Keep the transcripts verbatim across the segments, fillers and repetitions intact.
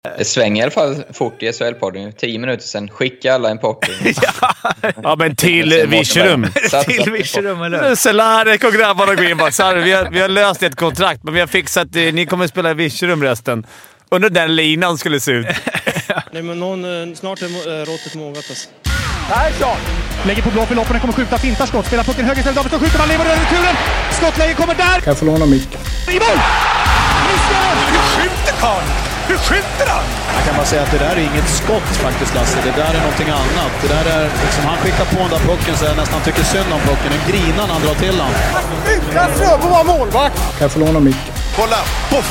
Det svänger i alla fall fort i S H L-podden. Tio minuter sedan skicka alla en pott. ja. ja, men till Virserum. till Virserum, eller? Cehlarik och grabbarna går in bara. Så här, vi, har, vi har löst ett kontrakt, men vi har fixat det. Ni kommer att spela i Virserum resten. Undrar den linan skulle se ut. Nej, men någon, snart är råttet mogat alltså. Persson! Lägger på blå för loppen, kommer skjuta, fintar skott. Spelar pucken höger istället, Davidsson skjuter, man lever över returen. Skottläge kommer där! Kan jag få låna micken? I mål! Missar! Hur skjuter Karl? Hur skjuter han? Jag kan bara säga att det där är inget skott faktiskt, Lasse. Det där är någonting annat. Det där är liksom, han skickar på den där pucken så jag nästan tycker synd om pucken. En grinan han drar till han. Utan Fröbo var målvakt! Kan jag få låna micken? Kolla! Puff!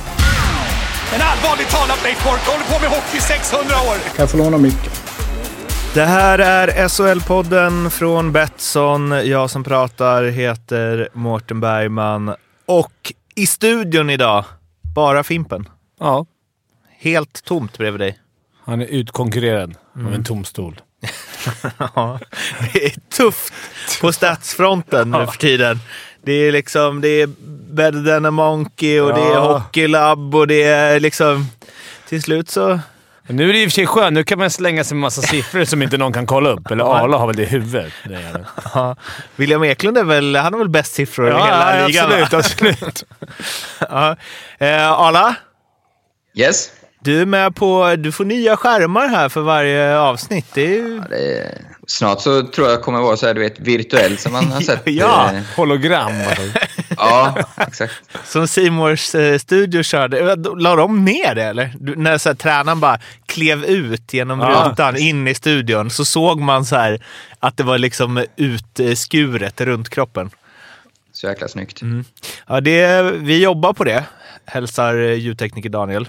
En allvarlig talad Blake Bork håller på med hockey i sexhundra år. Kan jag få låna micken? Det här är S H L-podden från Betsson. Jag som pratar heter Mårten Bergman. Och i studion idag, bara Fimpen. Ja. Helt tomt bredvid dig. Han är utkonkurrerad mm. av en tom stol. Ja, det är tufft på statsfronten nu för tiden. Det är liksom, det är Better than a Monkey och ja. Det är Hockey Lab och det är liksom, till slut så... Nu är det i och för sig skönt. Nu kan man slänga sig en massa siffror som inte någon kan kolla upp. Eller Arla har väl det i huvudet. Det är det. Ja. William Eklund är väl, han har väl bäst siffror ja, i hela ja, ligan. Absolut, absolut. ja. eh, Arla? Yes? Du är med på, du får nya skärmar här för varje avsnitt. Det är ju... ja, det är... Snart så tror jag kommer vara så här, du vet, virtuellt som man har sett. ja, eh... hologram. ja, exakt. Som C Mores eh, studio körde. La de ner det, eller? Du, när så här, tränaren bara klev ut genom ja. rutan in i studion så såg man så här att det var liksom utskuret runt kroppen. Så jäkla snyggt. Mm. Ja, det, vi jobbar på det. Hälsar ljudtekniker Daniel.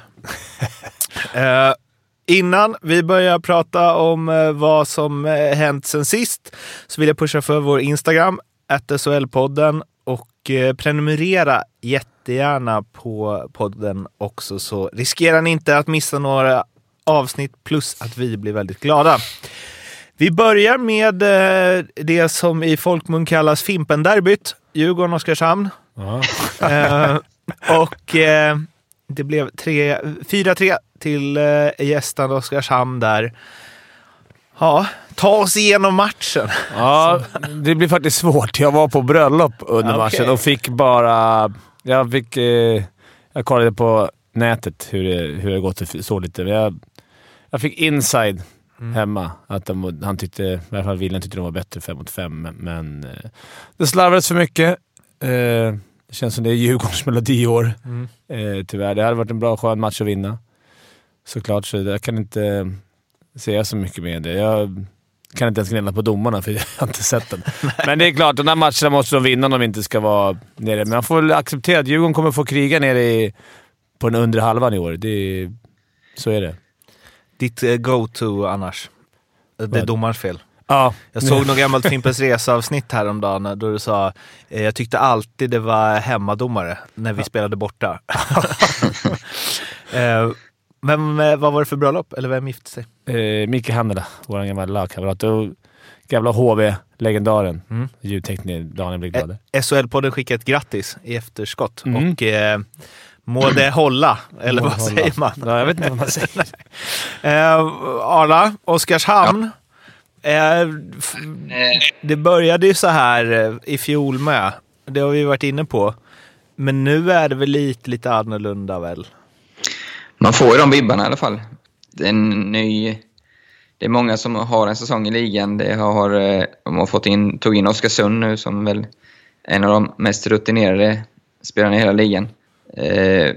uh, Innan vi börjar prata om uh, vad som uh, hänt sen sist så vill jag pusha för vår Instagram at S H L-podden och uh, prenumerera jättegärna på podden också så riskerar ni inte att missa några avsnitt plus att vi blir väldigt glada. Vi börjar med uh, det som i folkmun kallas Fimpen-derbyt. Djurgården-Oskarshamn. uh, och uh, det blev tre, fyra tre till uh, gästande Oskarshamn där. Ja, ta oss igenom matchen. Ja, det blir faktiskt svårt. Jag var på bröllop under okay. matchen och fick bara... Jag fick... Eh, jag kollade på nätet hur det, hur det gått så lite. Jag, jag fick inside mm. hemma att de, han tyckte, i alla fall William tyckte de var bättre fem mot fem, men eh, det slarvades för mycket. Eh, det känns som det är Djurgårdens melodiår. Mm. Eh, tyvärr. Det hade varit en bra skön match att vinna. Såklart, så jag kan inte säga så mycket med det. Jag kan inte ens gnälla på domarna för jag har inte sett den. Men det är klart, den här matchen måste de vinna om de inte ska vara nere. Men man får väl acceptera att Djurgården kommer få kriga nere i, på den undre halvan i år. Det är, så är det. Ditt uh, go-to annars? Det är domarens fel. Ja. Jag såg något gammalt Fimpens Resa-avsnitt häromdagen då du sa eh, jag tyckte alltid det var hemmadomare när vi ja. spelade borta. eh, men eh, vad var det för bröllop? Eller vem gifte sig? Eh, Micke Hannela, vår gamla lagkamrat och gamla H V-legendaren. Mm. Ljudtekniker, Daniel blir glad. Eh, S H L-podden skickade ett grattis i efterskott. Mm. Och eh, må det hålla, eller må vad hålla. säger man? Ja, jag vet inte vad man säger. eh, Arla, Oskarshamn. Ja. Eh, f- det började ju så här eh, i fjol med. Det har vi varit inne på. Men nu är det väl lite, lite annorlunda väl? Man får ju de vibbarna i alla fall. Det är en ny... Det är många som har en säsong i ligan. Det har, de har fått in, tog in Oskarsund nu som väl en av de mest rutinerade spelarna i hela ligan. Eh,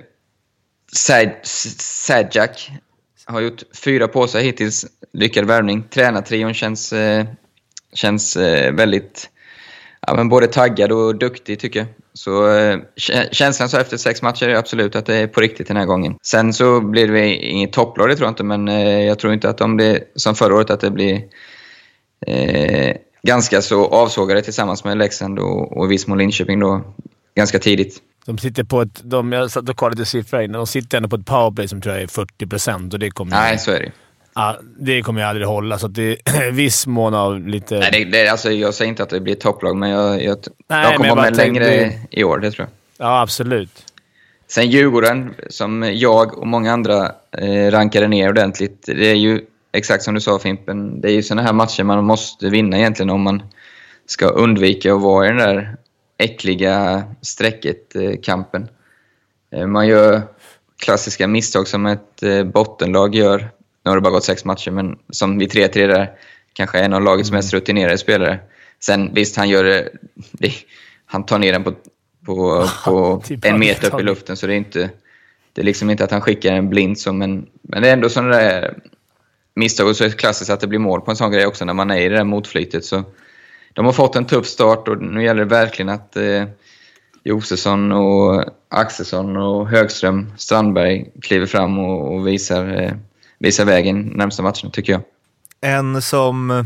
Sadjak har gjort fyra på sig hittills. Lyckad värvning. Tränartrion känns, eh, känns eh, väldigt ja, men både taggad och duktig tycker jag. Så eh, känslan så efter sex matcher är absolut att det är på riktigt den här gången. Sen så blir det inget topplag, det tror jag inte. Men eh, jag tror inte att om det som förra året att det blir eh, ganska så avsågade tillsammans med Leksand och, och Vismo Linköping då ganska tidigt. De sitter på ett... De, jag satt och kollade siffror innan. De sitter ändå på ett powerplay som tror jag är fyrtio procent. Och det kommer Nej, ju, så är det. Ja, det kommer jag aldrig hålla. Så att det är viss mån av lite... Nej, det, det, alltså, jag säger inte att det blir ett topplag. Men jag, jag, Nej, jag kommer men med jag längre det... i år, det tror jag. Ja, absolut. Sen Djurgården, som jag och många andra eh, rankade ner ordentligt, det är ju exakt som du sa Fimpen, det är ju såna här matcher man måste vinna egentligen om man ska undvika att vara i den där äckliga strecket-kampen. Eh, man gör klassiska misstag som ett eh, bottenlag gör. Nu har det bara gått sex matcher, men som vid tre tre där kanske är en av lagets mm. mest rutinerade spelare. Sen visst, han gör det, det han tar ner den på, på, på en meter upp i luften, så det är inte det är liksom inte att han skickar en blind som en, men det är ändå sådana där misstag, och så är det klassiskt att det blir mål på en sån grej också när man är i det där motflytet. Så de har fått en tuff start, och nu gäller det verkligen att eh, Josefsson och Axelsson och Högström, Strandberg kliver fram och, och visar, eh, visar vägen närmsta matchen, tycker jag. En som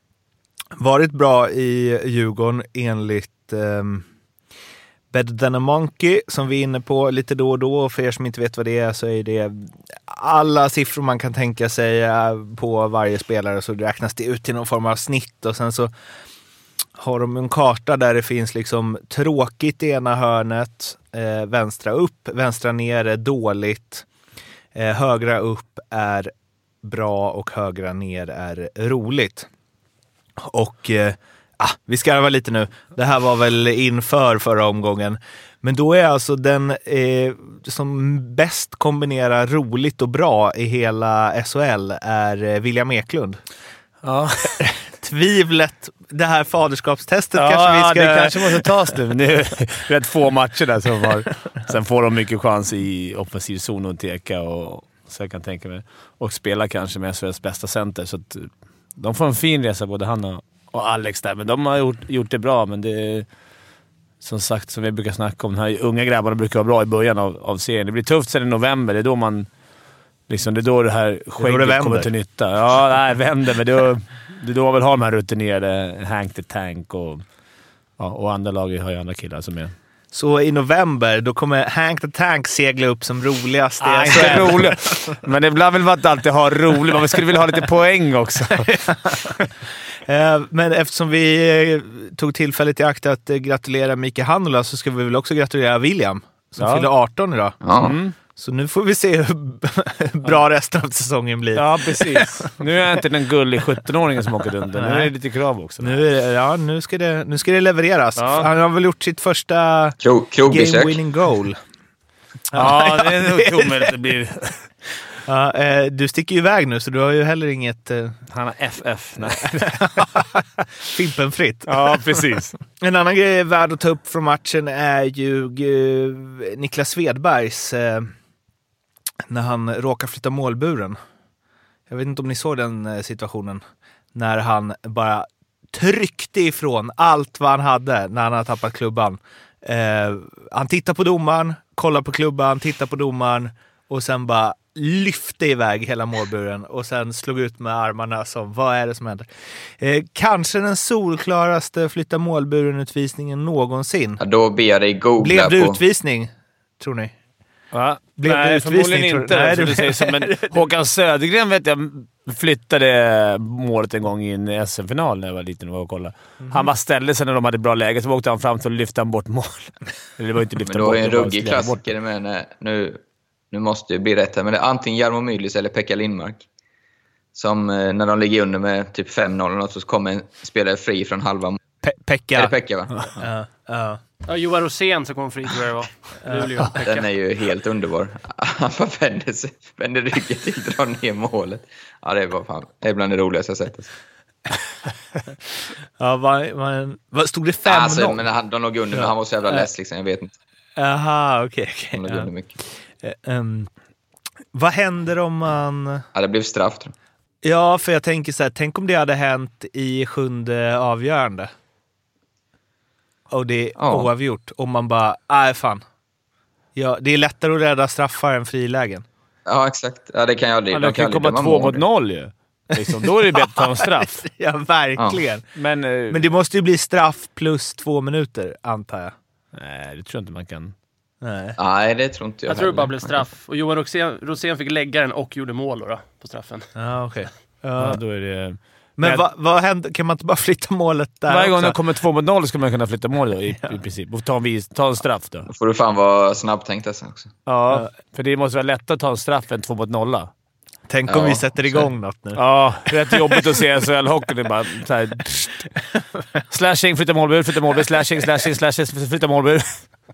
varit bra i Djurgården enligt eh, Better Than a Monkey, som vi är inne på lite då och då, och för er som inte vet vad det är så är det alla siffror man kan tänka sig på varje spelare, så räknas det ut till någon form av snitt, och sen så har de en karta där det finns liksom tråkigt i ena hörnet, eh, vänstra upp, vänstra ner är dåligt, eh, högra upp är bra och högra ner är roligt. Och eh, ah, vi ska vara lite nu. Det här var väl inför förra omgången. Men då är alltså den eh, som bäst kombinerar roligt och bra i hela S H L är eh, William Eklund. Ja. Tvivlet, det här faderskapstestet ja, kanske vi ska... det kanske måste tas nu. Det är rätt få matcher där som har... Sen får de mycket chans i offensiv zon och teka, och så jag kan tänka mig. Och spela kanske med S H L:s bästa center, så att de får en fin resa, både han och, och Alex där. Men de har gjort, gjort det bra, men det är som sagt, som vi brukar snacka om, de här unga grabbarna brukar vara bra i början av, av serien. Det blir tufft sen i november, det är då man liksom, det är då det här skägget det kommer till nytta. Ja, nej, vänder, men då, det är då man vill ha de här rutinerade Hank the Tank och, ja, och andra lag har ju andra killar som är. Så i november, då kommer Hank the Tank segla upp som roligast. Ah, inte roligt. Men ibland vill man inte alltid ha roligt. Man skulle vilja ha lite poäng också. Men eftersom vi tog tillfället i akt att gratulera Mika Hanola, så ska vi väl också gratulera William som ja. fyller arton idag. Ja. Mm. Så nu får vi se hur bra resten av säsongen blir. Ja, precis. Nu är jag inte den gullig sjutton-åringen som åker under. Nu är det lite krav också. Nu, är, ja, nu, ska det, nu ska det levereras. Ja. Han har väl gjort sitt första game-winning goal. Ja, det är nog omöjligt att det blir. Ja, eh, du sticker ju iväg nu, så du har ju heller inget... Eh... Han har F F. Nej. Fimpenfritt. Ja, precis. En annan grej värd att ta upp från matchen är ju eh, Niklas Svedbergs... Eh, när han råkar flytta målburen. Jag vet inte om ni såg den eh, situationen. När han bara tryckte ifrån allt vad han hade när han hade tappat klubban. Eh, han tittar på domaren, kollar på klubban, tittar på domaren och sen bara lyfte iväg hela målburen och sen slog ut med armarna som, vad är det som händer? Eh, kanske den solklaraste flytta målburen-utvisningen någonsin. Ja, då ber jag dig googla. Blev det på... utvisning, tror ni? Va? Blev Nej, det utvisning? förmodligen inte. Nej, det du säger så, men Håkan Södergren vet jag flyttade målet en gång i en S M-final när jag var liten och var och kollade. Mm-hmm. Han bara ställde sig när de hade bra läge, så åkte han fram till att lyfta bort mål. Eller det var inte lyfta men då bort. Är en ruggig klassiker med när, nu, nu måste det bli rätt här, men det är antingen Jarmo Mylis eller Pekka Lindmark. Som när de ligger under med typ fem noll och något, så kommer en spelare fri från halva. Pe- Pekka. Är det Pekka, va? Ja, ja. Ja, Johan Rosén som kom fri, tror jag det var. Ja. Den är ju helt underbar. Han bara vänder, sig, vänder ryggen till att dra ner målet. Ja, det var fan. Det är bland det roligaste jag sett. Ja, vad, vad, vad stod det fem noll? Alltså, men han, de låg under, men han var så jävla less liksom, jag vet inte. Aha, okej. Okay, okay. De låg under mycket. Uh, um, vad händer om man... Ja, det blev straff, tror jag. Ja, för jag tänker så här, tänk om det hade hänt i sjunde avgörande. Och det är ja. oavgjort. Och man bara, nej fan. Ja, det är lättare att rädda straffar än frilägen. Ja, exakt. Ja, det kan jag aldrig. Ja, det kan komma två mot noll ju. Liksom, då är det bättre att ta en straff. Ja, verkligen. Ja. Men, uh, Men det måste ju bli straff plus två minuter, antar jag. Nej, det tror jag inte man kan. Nej, nej det tror inte jag. Jag tror det bara blev straff. Och Johan Rosén, Rosén fick lägga den och gjorde mål då, på straffen. Ja, okej. Okay. Ja, då är det... Men, Men vad, vad händer? Kan man inte bara flytta målet där varje gång också? det kommer två mot noll ska man kunna flytta mål då, i, i princip. Och ta en, vis, ta en straff då. Då får du fan vara snabbtänkt alltså också. Ja, för det måste vara lättare att ta en straff än två mot nolla. Tänk om Ja, vi sätter igång något nu. Ja, det är rätt jobbigt att se S H L-hockey. Det är bara så här, slashing, flytta målbur, flytta målbur, slashing, slashing, slashing, flytta målbur.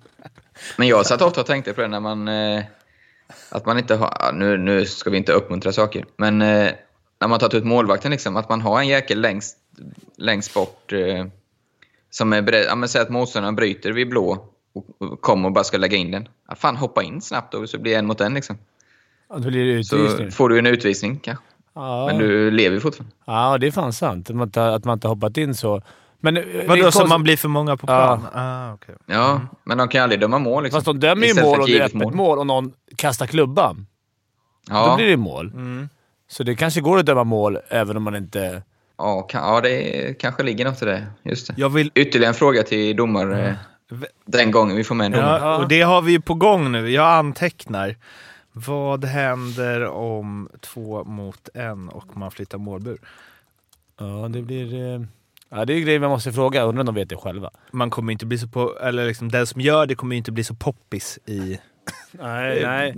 Men jag satt ofta och tänkte på det när man... Eh, att man inte har... Nu, nu ska vi inte uppmuntra saker. Men eh, när man tagit ut målvakten liksom. Att man har en jäkel längst, längst bort. Eh, som är beredd... Ja, men säg att motståndaren bryter vid blå. Och, och kommer och bara ska lägga in den. Ja, fan, hoppa in snabbt då. Så blir det en mot en liksom. Ja, då blir det utvisning. Så får du en utvisning kanske. Ja. Men du lever ju fortfarande. Ja, det är fan sant. Att man inte, att man inte hoppat in så. Men, Vadå, så man blir för många på plan? Ja. Ah, okay. Ja, mm. men de kan aldrig döma mål liksom. Fast de dömer ju Istället mål för och det är givet öppet mål och någon kastar klubban. Ja. Då blir det mål. Mm. Så det kanske går att döma mål även om man inte... Ja, kan, ja det kanske ligger något i det. Just det. Jag vill... Ytterligare en fråga till domare. Mm. Den gången vi får med en domare. Ja, och det har vi ju på gång nu. Jag antecknar. Vad händer om två mot en och man flyttar målbur? Ja, det blir... Eh... Ja, det är grejer man måste fråga. Undrar om de vet det själva. Man kommer inte bli så på... Eller liksom, den som gör det kommer inte bli så poppis i... nej, nej.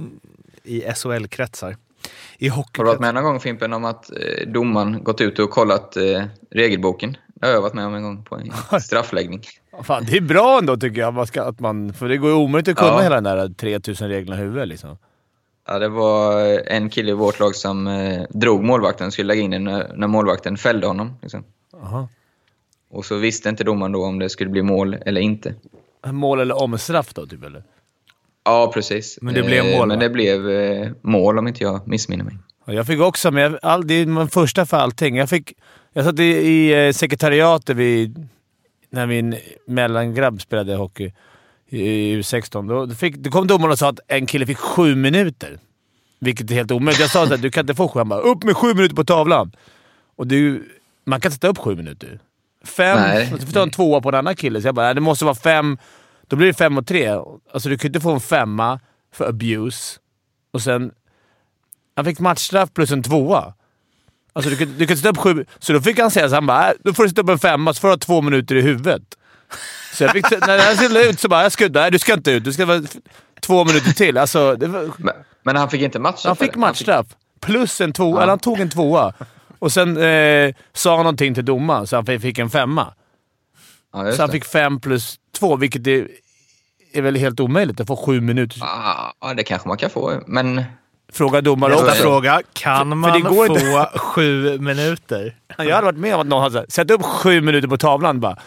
I S H L-kretsar. I hockey. Har du varit med någon gång, Fimpen, om att eh, domaren gått ut och kollat eh, regelboken? Det har jag varit med om en gång på en straffläggning. Fan, det är bra ändå tycker jag. Man ska, att man, för det går ju omöjligt att kunna ja. hela den där tre tusen reglerna i huvudet liksom. Ja, det var en kille i vårt lag som eh, drog målvakten och skulle lägga in den när, när målvakten fällde honom. Liksom. Aha. Och så visste inte domaren då om det skulle bli mål eller inte. Mål eller omstraff då, typ, eller? Ja, precis. Men det blev mål, eh, Men va? det blev eh, mål om inte jag missminner mig. Ja, jag fick också, men jag, all, det är min första för allting. Jag, fick, jag satt i, i eh, sekretariatet vid, när min mellangrabb spelade hockey i, i U sexton. Då fick, det kom domaren och sa att en kille fick sju minuter. Vilket är helt omöjligt. Jag sa att du kan inte få sju. Han bara, upp med sju minuter på tavlan. Och du, man kan sätta upp sju minuter. Fem, Nej. du får ta en tvåa på en annan kille. Så jag bara, det måste vara fem. Då blir det fem och tre. Alltså du kan inte få en femma för abuse. Och sen, han fick matchstraff plus en tvåa. Alltså du kan, du kan sätta upp sju. Så då fick han säga så han bara, då får du sätta upp en femma så får du ha två minuter i huvudet. Så jag fick, när jag skulle ut så bara, jag ska ut. Nej, du ska inte ut. Du ska vara två minuter till. Alltså, det var, Men, men han fick inte matchstraff? han fick matchstraff. Plus en tvåa. Ja. Eller han tog en tvåa. Och sen eh, sa han någonting till domaren så han fick en femma. Ja, just Så han det. fick fem plus två, vilket är, är väl helt omöjligt att få sju minuter. Ja, det kanske man kan få, men... Fråga domare Nästa också. fråga. Kan man för det går få inte. sju minuter? Jag hade varit med om att någon hade sagt, sätt upp sju minuter på tavlan bara.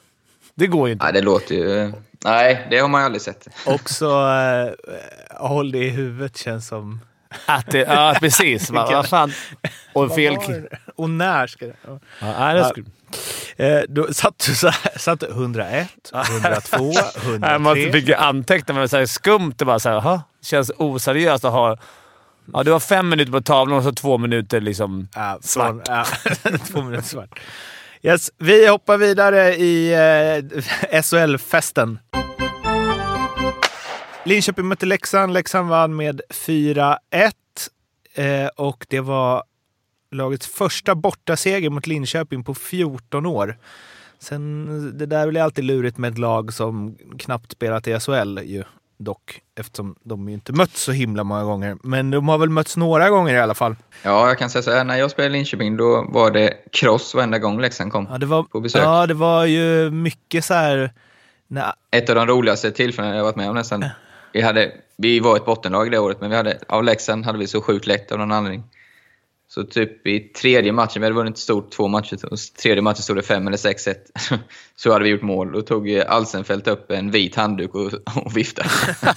Det går ju inte. Nej, det låter ju... Nej, det har man ju aldrig sett. Också äh, håll det i huvudet känns som... Att det, ja, precis. Vad va fan. Och fel... Och när ska det... Ja. Ja, nej, det skulle... Eh, då satt du så här, satt du hundraett, hundratvå, hundratre. Man fick ju anteckna, men så här skumt. Det bara så här, aha, känns oseriöst att ha... Ja, du har fem minuter på tavlan och så två minuter liksom ja, svart. från, ja, två minuter svart. Yes, vi hoppar vidare i eh, S H L-festen. Linköping mötte Leksand. Leksand vann med fyra ett. Eh, och det var lagets första bortaseger mot Linköping på fjorton år. Sen, det där blir alltid lurigt med ett lag som knappt spelat i S H L ju, dock, eftersom de ju inte mötts så himla många gånger. Men de har väl mötts några gånger i alla fall. Ja, jag kan säga så här, när jag spelade i Linköping då var det cross varenda gång Leksand kom Ja, det var, på besök. ja, det var ju mycket så här... Nej. Ett av de roligaste tillfällena jag varit med om nästan. Vi, hade, vi var ett bottenlag det året, men vi hade, av Leksand hade vi så sjukt lätt av någon anledning. Så typ i tredje matchen, vi hade vunnit stort två matcher, och tredje matchen stod det fem eller sex ett. Så hade vi gjort mål och tog Alsenfelt upp en vit handduk och, och viftade.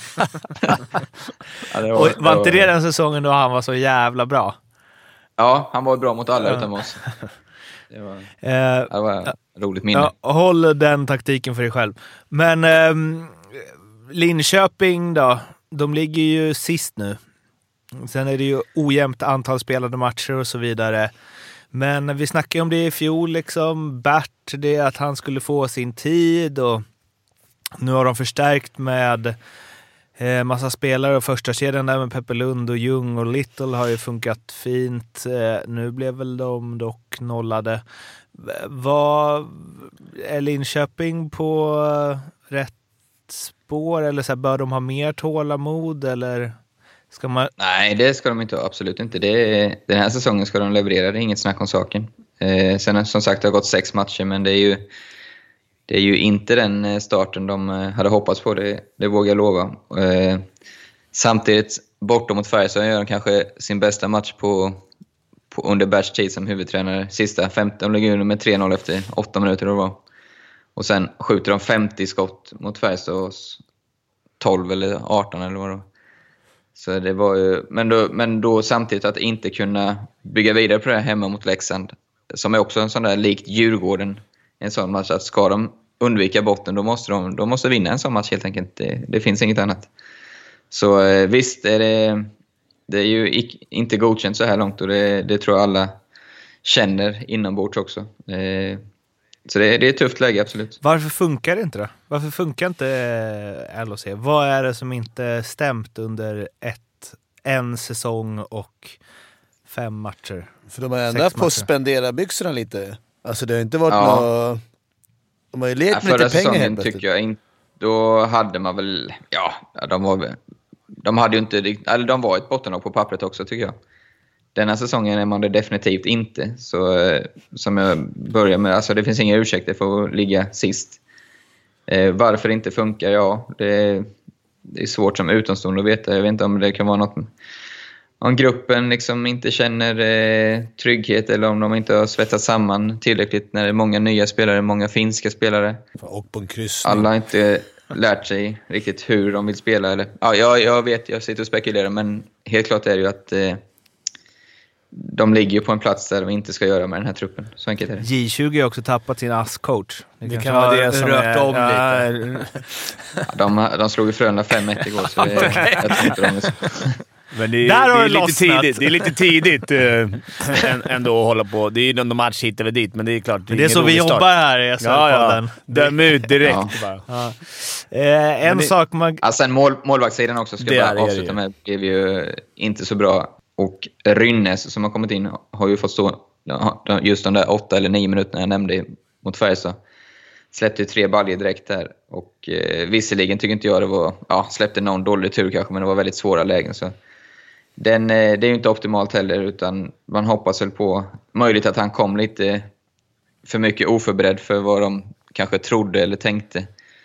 Ja, det var, Och var inte det det var, den säsongen då han var så jävla bra? Ja, han var bra mot alla Ja. utan oss. Det var, Eh, det var ett roligt minne. ja, håll den taktiken för dig själv. Men ehm, Linköping då, de ligger ju sist nu. Sen är det ju ojämnt antal spelade matcher och så vidare. Men vi snackade om det i fjol liksom. Bert, det att han skulle få sin tid och nu har de förstärkt med eh, massa spelare och första kedjan där med Peppe Lund och Ljung och Little har ju funkat fint. Eh, nu blev väl de dock och nollade. Var är Linköping på rätt spår? Eller så här, bör de ha mer tålamod? Eller ska man... Nej, det ska de inte ha. Absolut inte. Det är, den här säsongen ska de leverera. Det är inget snack om saken. Eh, sen som sagt, det har gått sex matcher, men det är ju, det är ju inte den starten de hade hoppats på. Det, det vågar jag lova. Eh, samtidigt, bortom mot Färjestad gör de kanske sin bästa match på, på under Berts tid som huvudtränare. Sista femton, de ligger under med tre noll efter åtta minuter då var. Och sen skjuter de femtio skott mot Färjestad, tolv eller arton eller vad det var. Så det var ju, men, då, men då samtidigt att inte kunna bygga vidare på det här hemma mot Leksand, som är också en sån där likt Djurgården, en sån match att ska de undvika botten, då måste de då måste vinna en sån match helt enkelt. Det, det finns inget annat. Så visst är det, det är ju inte godkänt så här långt, och det, det tror jag alla känner inombords också. Så det, det är ett tufft läge, absolut. Varför funkar det inte då? Varför funkar inte L H C? Vad är det som inte stämt under ett, en säsong och fem matcher? För de har ändå på att spendera byxorna lite. Alltså det har inte varit ja. något... De har ju lekt ja, med lite pengar helt tycker jag inte. Då hade man väl... Ja, de var... De hade ju inte... Eller de var ett bottenlag på pappret också, tycker jag. Denna säsongen är man det definitivt inte. Så som jag börjar med, alltså det finns inga ursäkter för att ligga sist. Eh, varför det inte funkar, ja, det, det är svårt som utomstående att veta. Jag vet inte om det kan vara något, om gruppen liksom inte känner eh, trygghet, eller om de inte har svettat samman tillräckligt när det är många nya spelare, många finska spelare. Och på en kryssning. Alla har inte lärt sig riktigt hur de vill spela. Eller, ja, jag, jag vet, jag sitter och spekulerar, men helt klart är det ju att eh, de ligger ju på en plats där de inte ska göra med den här truppen. Så enkelt är det. J tjugo har också tappat sin ass-coach. Det, det kan vara det som rört är, om ja, lite. Ja, de, de slog ju Frölunda fem ett igår, så det, okay. Jag tror inte de är så. Men det är, Där det är är lite tidigt, det är lite tidigt äh, ändå att hålla på. Det är ju någon match hit eller dit, men det är klart. Det är, det är så vi jobbar start. Här i S H-podden. Ja, ja. Döm ut direkt. Ja. Bara. Ja. Eh, en det, sk man... Alltså en mål, målvaktssidan också ska jag bara avsluta med. Det blev ju inte så bra. Och Rynnes som har kommit in har ju fått stå just de där åtta eller nio minuterna jag nämnde mot Färjestad. Släppte tre baljer direkt där. Och eh, visserligen tycker inte jag det var... Ja, släppte någon dålig tur kanske, men det var väldigt svåra lägen. Så den, det är ju inte optimalt heller, utan man hoppas väl på möjligt att han kom lite för mycket oförberedd för vad de kanske trodde eller tänkte.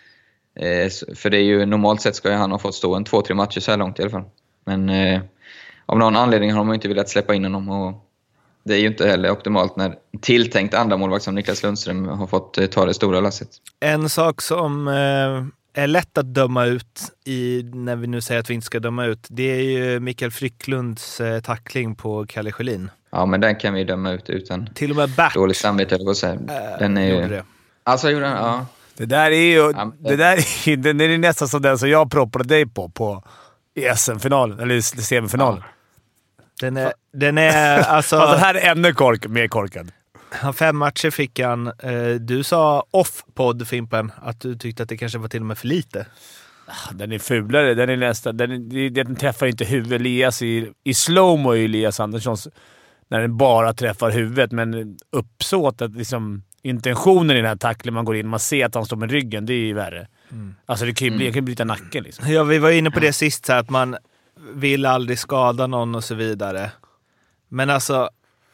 Eh, för det är ju normalt sett ska han ha fått stå en två, tre matcher så här långt i alla fall. Men eh, av någon anledning har de inte velat släppa in honom, och det är ju inte heller optimalt när tilltänkt andra målvakt som Niklas Lundström har fått eh, ta det stora lasset. En sak som eh, är lätt att döma ut i, när vi nu säger att vi inte ska döma ut, det är ju Mikael Frycklunds eh, tackling på Kalle Sjölin. Ja, men den kan vi döma ut utan till och med Bert dåligt samvete, eller vad säga. Den är ju... det. Alltså gjorde den, ja. Det där är ju... Ja, det... det där är, den är nästan som den som jag proppade dig på, på i S M-finalen, eller semifinalen. Ja. Den är... Den är alltså... alltså här är ännu kork, mer korkad. Fem matcher fick han. Du sa off-podd, Fimpen, att du tyckte att det kanske var till och med för lite. Den är fulare. Den är nästan... Den, är, den träffar inte huvudet. Elias i, i slow-mo är Elias Anderssons när den bara träffar huvudet. Men uppsåt att liksom... Intentionen i den här tacklingen, man går in, man ser att han står med ryggen, det är ju värre. Mm. Alltså det kan ju bli, kan bryta nacken liksom. Ja, vi var inne på det sist, så att man vill aldrig skada någon och så vidare. Men alltså,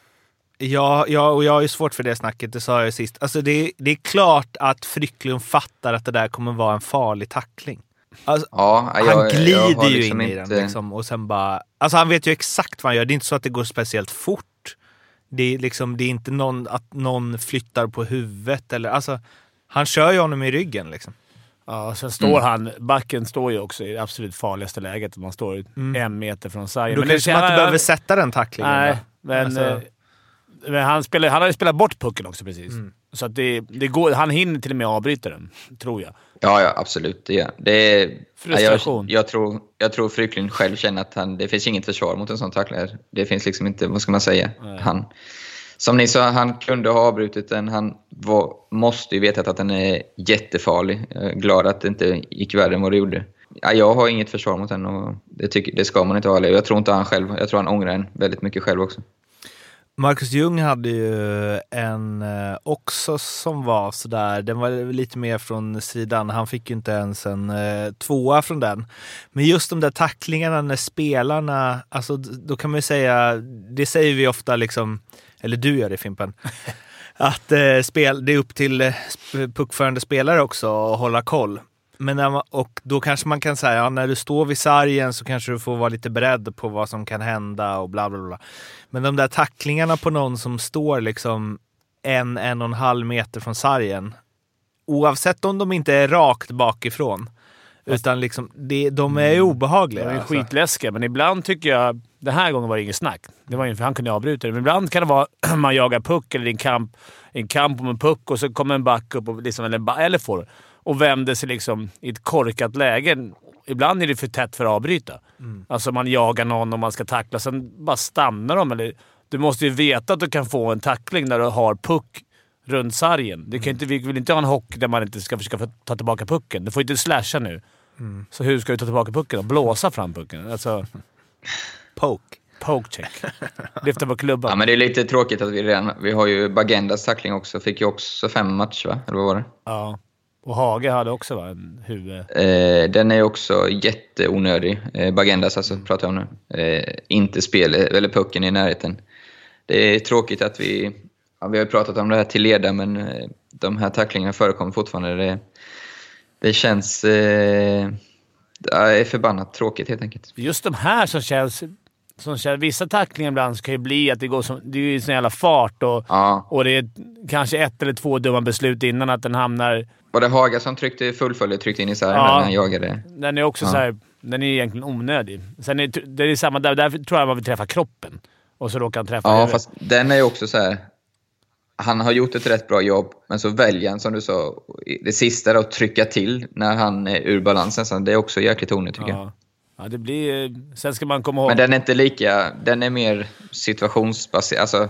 ja, ja, och jag har ju svårt för det snacket, det sa jag ju sist. Alltså det, det är klart att Frycklund fattar att det där kommer vara en farlig tackling. Alltså, ja, jag, han glider jag ju liksom in inte... i den liksom, och sen bara... Alltså han vet ju exakt vad han gör, det är inte så att det går speciellt fort. Det är, liksom, det är inte någon, att någon flyttar på huvudet. Eller, alltså, han kör ju honom i ryggen. Liksom. Ja, sen står mm. han... Backen står ju också i det absolut farligaste läget. Man står mm. en meter från sargen. Då men kanske man inte behöver sätta den tacklingen. Nej, men, alltså. men han, spelar, han har ju spelat bort pucken också precis. Mm. Så att det, det går, han hinner till och med avbryta den, tror jag. Ja, ja absolut. Det, det är... Frustration. Jag, jag tror, jag tror Frycklund själv känner att han, det finns inget försvar mot en sån tackling. Det finns liksom inte, vad ska man säga? Han, som ni sa, han kunde ha avbrutit den. Han var, måste ju veta att den är jättefarlig. Jag är glad att det inte gick värre än vad det gjorde. Ja, jag har inget försvar mot den, och det, tycker, det ska man inte ha. Jag tror inte han själv. Jag tror han ångrar den väldigt mycket själv också. Marcus Ljung hade ju en eh, också som var sådär, den var lite mer från sidan, han fick ju inte ens en eh, tvåa från den. Men just de där tacklingarna när spelarna, alltså då kan man ju säga, det säger vi ofta liksom, eller du gör det Fimpen, att eh, spel, det är upp till eh, puckförande spelare också att hålla koll. Men när man, och då kanske man kan säga, ja, när du står vid sargen så kanske du får vara lite beredd på vad som kan hända och bla bla bla. Men de där tacklingarna på någon som står liksom en, en och en halv meter från sargen, oavsett om de inte är rakt bakifrån, utan liksom, det, de är ju obehagliga. De är alltså. skitläskiga, men ibland tycker jag, den här gången var det inget snack. Det var ju för han kunde avbryta det. Men ibland kan det vara man jagar puck eller en kamp, en kamp om en puck och så kommer en back upp och liksom, eller, eller får och vänder sig liksom i ett korkat läge. Ibland är det för tätt för att avbryta. Mm. Alltså man jagar någon och man ska tackla, sen bara stannar de. Eller, du måste ju veta att du kan få en tackling när du har puck runt sargen. Du kan inte, vi vill inte ha en hockey där man inte ska försöka ta tillbaka pucken. Du får inte slasha nu. Mm. Så hur ska du ta tillbaka pucken och blåsa fram pucken? Alltså, poke. Poke check. Lyfta på klubban. Ja, men det är lite tråkigt att vi redan... Vi har ju Bagendas tackling också. Fick ju också fem matcher, va? Eller vad var det? Ja. Och Hage hade också, va? En huvud. Eh, den är också jätteonödig. Eh, Bagendas alltså, mm. pratar jag om nu. Eh, inte spel, eller pucken i närheten. Det är tråkigt att vi... Ja, vi har ju pratat om det här till leda, men eh, de här tacklingarna förekommer fortfarande. Det, det känns... Eh, det är förbannat tråkigt helt enkelt. Just de här som känns... Som känns, vissa tacklingar ibland ska ju bli att det går som, det är ju sån jävla fart och, ja. och det är kanske ett eller två dumma beslut innan att den hamnar... Var det Haga som tryckte fullfölje, tryckte in i sargen ja, när han jagade? Den är också ja. så här, den är egentligen onödig. Sen är det är samma där, därför tror jag man vill träffa kroppen. Och så råkar han träffa Ja, huvudet. Fast den är ju också så här. Han har gjort ett rätt bra jobb, men så väljer han, som du sa, det sista då, att trycka till när han är ur balansen. Så det är också jäkligt onödigt tycker ja. jag. Ja, det blir... Sen ska man komma ihåg... Men den är inte lika... Den är mer situationsbaserad. Alltså,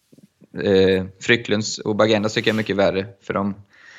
eh, Frycklunds och Bagendas tycker jag är mycket värre. För de,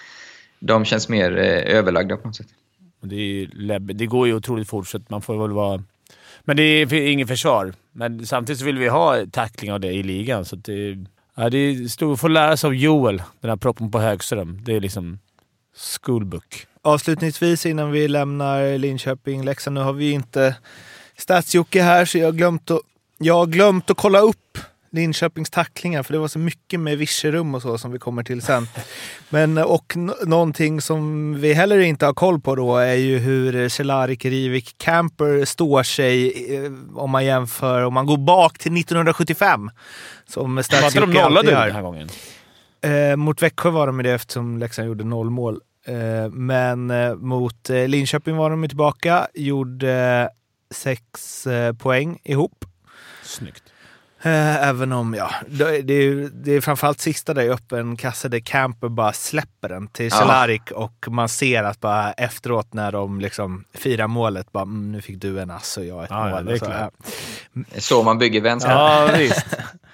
de känns mer eh, överlagda på något sätt. Det, är, det går ju otroligt fort, så man får väl vara... Men det är ingen försvar. Men samtidigt så vill vi ha tackling av det i ligan. Så det, ja, det är stort att få lära sig av Joel, den här proppen på Högström. Det är liksom schoolbook. Avslutningsvis innan vi lämnar Linköping, Leksand, nu har vi inte Stats-Jocke här, så jag har glömt att, jag har glömt att kolla upp Linköpings tacklingar, för det var så mycket med vischerum och så som vi kommer till sen. Men, och n- någonting som vi heller inte har koll på då är ju hur Cehlarik, Rivik, Camper står sig eh, om man jämför, om man går bak till nittonhundrasjuttiofem. Som Stats-Jocke de nollade den här gången? Eh, mot Växjö var de med det eftersom Leksand gjorde noll mål. Eh, men eh, mot eh, Linköping var de tillbaka, gjorde eh, sex eh, poäng ihop. Snyggt. Eh, även om, ja, det, det, är, det är framförallt sista där i öppen kassa där Camper bara släpper den till Cehlarik, ja. Och man ser att bara efteråt när de liksom firar målet, bara mm, nu fick du en ass och jag ett ja, mål. Ja, det är så, ja. så man bygger vänskap. Ja, visst.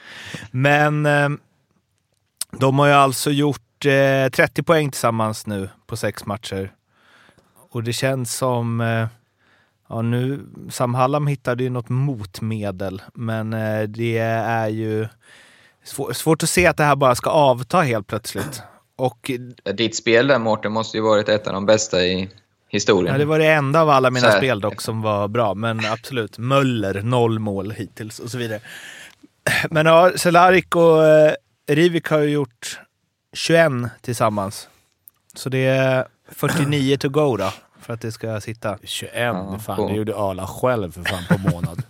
Men eh, de har ju alltså gjort eh, trettio poäng tillsammans nu på sex matcher. Och det känns som... Eh, ja, nu... Sam Hallam hittade ju något motmedel. Men eh, det är ju svår, svårt att se att det här bara ska avta helt plötsligt. Och, ditt spel där, Mårten, måste ju varit ett av de bästa i historien. Ja, det var det enda av alla mina spel dock som var bra. Men absolut, Möller, noll mål hittills och så vidare. Men ja, Cehlarik och eh, Rivik har ju gjort tjugoett tillsammans. Så det är fyrtionio to go då, för att det ska sitta. tjugoett, ja, fan, det gjorde Arla själv för fan på månad.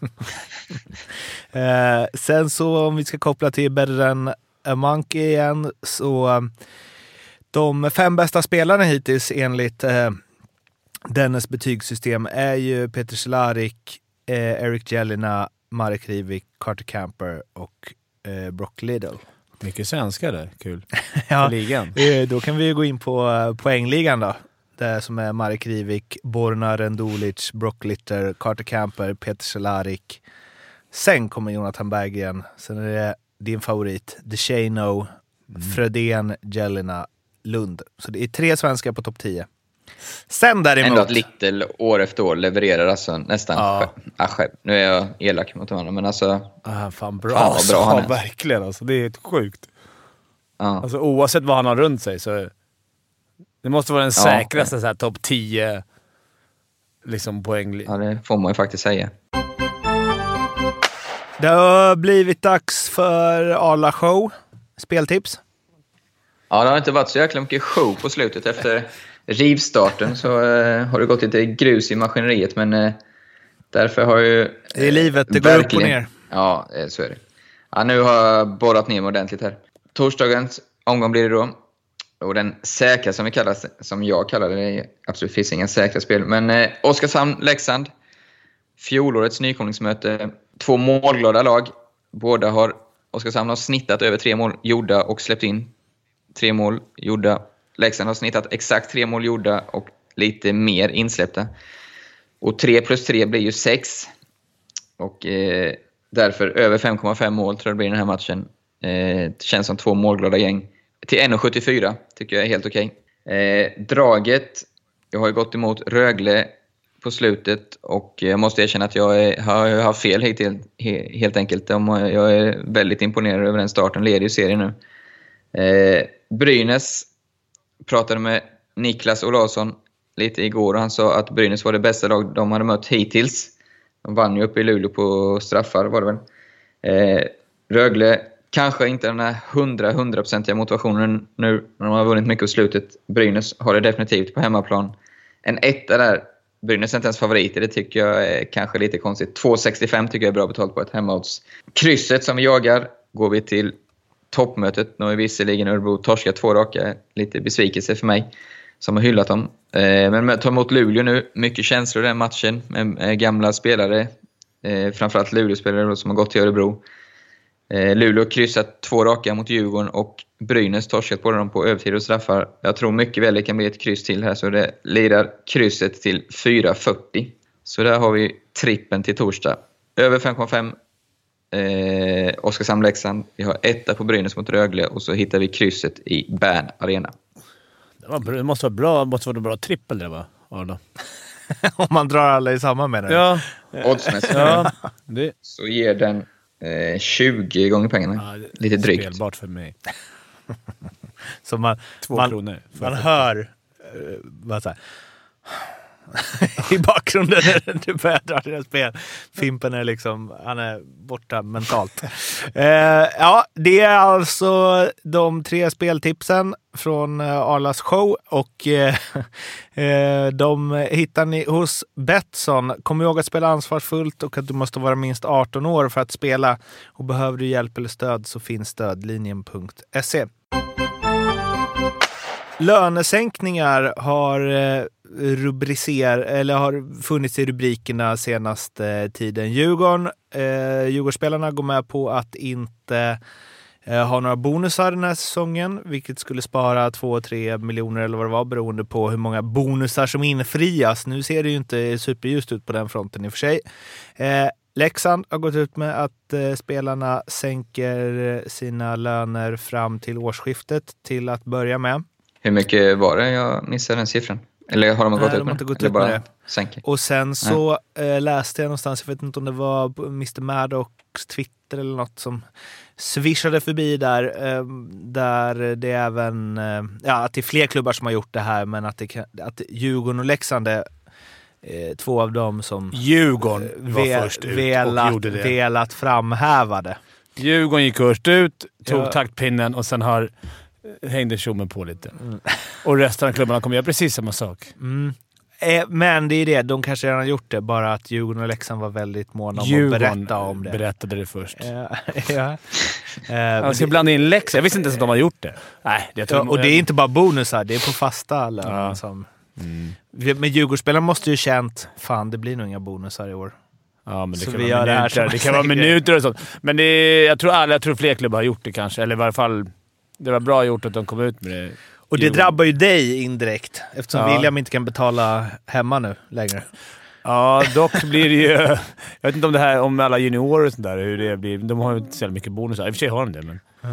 eh, sen så, om vi ska koppla till Better than a Monkey igen, så de fem bästa spelarna hittills enligt eh, dennes betygssystem är ju Peter Cehlarik, eh, Eric Jelena, Marek Rivik, Carter Camper och eh, Brock Liddell. Mycket svenska där, kul. Ja, ligan. Då kan vi ju gå in på uh, poängligan då. Det som är Marek Rivik, Borna Rendulic, Brock Litter, Carter Camper, Peter Cehlarik. Sen kommer Jonathan Berggren. Sen är det din favorit, DeShano, mm. Frödén, Jelena, Lund. Så det är tre svenskar på topp tio. Sen däremot... Ändå att Little år efter år levererar alltså nästan Ja. själv. Ah, själv. Nu är jag elak mot honom, men alltså... Ah, fan bra. Fan vad bra han är. Ja, verkligen. Alltså, det är helt sjukt. Ja. Alltså, oavsett vad han har runt sig så... Det måste vara den Ja. säkraste så här, topp tio liksom, poäng. Ja, det får man ju faktiskt säga. Det har blivit dags för Arla Show. Speltips. Ja, det har inte varit så jäkla mycket show på slutet. Efter rivstarten så eh, har det gått lite grus i maskineriet, men eh, därför har ju... Eh, det är livet, det går upp och ner. Ja, eh, så är det. Ja, nu har jag borrat ner mig ordentligt här. Torsdagens omgång blir det då. Och den säkra som vi kallar, som jag kallar det, det är absolut finns inga säkra spel. Men eh, Oskarshamn-Leksand, fjolårets nykomlingsmöte, två målglada lag. Båda har, Oskarshamn har snittat över tre mål gjorda och släppt in tre mål gjorda. Leksand har snittat exakt tre mål gjorda och lite mer insläppta. Och tre plus tre blir ju sex. Och eh, därför över fem komma fem mål tror jag det blir i den här matchen. Eh, det känns som två målglada gäng. Till en komma sjuttiofyra tycker jag är helt okej. Eh, draget, jag har ju gått emot Rögle på slutet och jag måste erkänna att jag är, har haft fel helt, helt enkelt. Jag är väldigt imponerad över den starten, leder ju serien nu. Eh, Brynäs pratade med Niklas Olausson lite igår och han sa att Brynäs var det bästa lag de hade mött hittills. De vann ju uppe i Luleå på straffar var det väl. Eh, Rögle kanske inte den här hundra-hundraprocentiga motivationen nu när de har vunnit mycket på slutet. Brynäs har det definitivt på hemmaplan. En etta där. Brynäs är inte ens favoriter. Det tycker jag är kanske lite konstigt. två komma sextiofem tycker jag är bra betalt på ett hemmaodds. Krysset som vi jagar går vi till toppmötet. Nu är visserligen Örebro torskat två raka. Lite besvikelse för mig som har hyllat dem. Men tar emot Luleå nu. Mycket känslor i den matchen med gamla spelare. Framförallt Luleå-spelare som har gått till Örebro. Luleå kryssat två raka mot Djurgården och Brynäs torskat på dem på övertid och straffar. Jag tror mycket väl det kan bli ett kryss till här, så det lirar krysset till fyra fyrtio. Så där har vi trippen till torsdag. Över fem komma fem eh, Oskarshamn-Leksand. Vi har etta på Brynäs mot Rögle och så hittar vi krysset i Bern Arena. Det, var, det måste vara bra, måste vara bra trippel det va? Arla. Om man drar alla i samma med det. Ja. Oddsmässigt ja. Det. Så ger den Eh, tjugo gånger pengarna. Ja, lite drygt. Spelbart för mig. Så man, Två man, kronor. Man hör uh, vad så här, i bakgrunden när du börjar dra dina spel. Fimpen är liksom, han är borta mentalt. uh, ja, det är alltså de tre speltipsen från uh, Arlas show och uh, uh, de hittar ni hos Betsson. Kom ihåg att spela ansvarsfullt och att du måste vara minst arton år för att spela, och behöver du hjälp eller stöd så finns stödlinjen punkt se. Lönesänkningar har rubricer eller har funnits i rubrikerna senaste tiden. Djurgården, eh, Djurgårdsspelarna går med på att inte eh, ha några bonusar den här säsongen, vilket skulle spara två tre miljoner eller vad det var, beroende på hur många bonusar som infrias. Nu ser det ju inte superljust ut på den fronten i och för sig. Eh, Leksand har gått ut med att eh, spelarna sänker sina löner fram till årsskiftet till att börja med. Hur mycket var det? Jag missade den siffran. Eller har de gått Nej, ut de med, inte gått eller ut bara med det? Sänker? Och sen så eh, läste jag någonstans, jag vet inte om det var mister Maddocks Twitter eller något som swishade förbi där, eh, där det även, eh, ja, att det är fler klubbar som har gjort det här, men att, det kan, att Djurgården och Leksand är eh, två av dem som Djurgården var ve- först ut velat, och gjorde det. velat framhäva det. Djurgården gick först ut, tog Ja. taktpinnen och sen har hängde tjommen på lite. Mm. Och resten av klubbarna kommer göra precis samma sak. Mm. Eh, men det är det, de kanske redan har gjort det, bara att Djurgården och Leksand var väldigt måna om Djurgården att berätta om det. berättade det först. Ja, ja. Eh, Jag ska blanda in Leksand. Jag visste inte ens att de har gjort det. Nej, det ja, och det är inte bara bonusar, det är på fasta löner. Ja. Som... Mm. Men Djurgårdsspelarna måste ju känt, fan det blir nog inga bonusar i år. Ja, men det så kan vi vara gör det här minuter, som det kan vara minuter och sånt. Men det är, jag tror alla, jag tror fler klubbar har gjort det kanske. Eller i varje fall, det var bra gjort att de kom ut med det. Och det drabbar ju dig indirekt, eftersom ja. William inte kan betala hemma nu längre. Ja, dock blir det ju... Jag vet inte om det här, om alla juniorer och sånt där, hur det blir. De har ju inte så mycket bonusar. I och för sig har de det, men...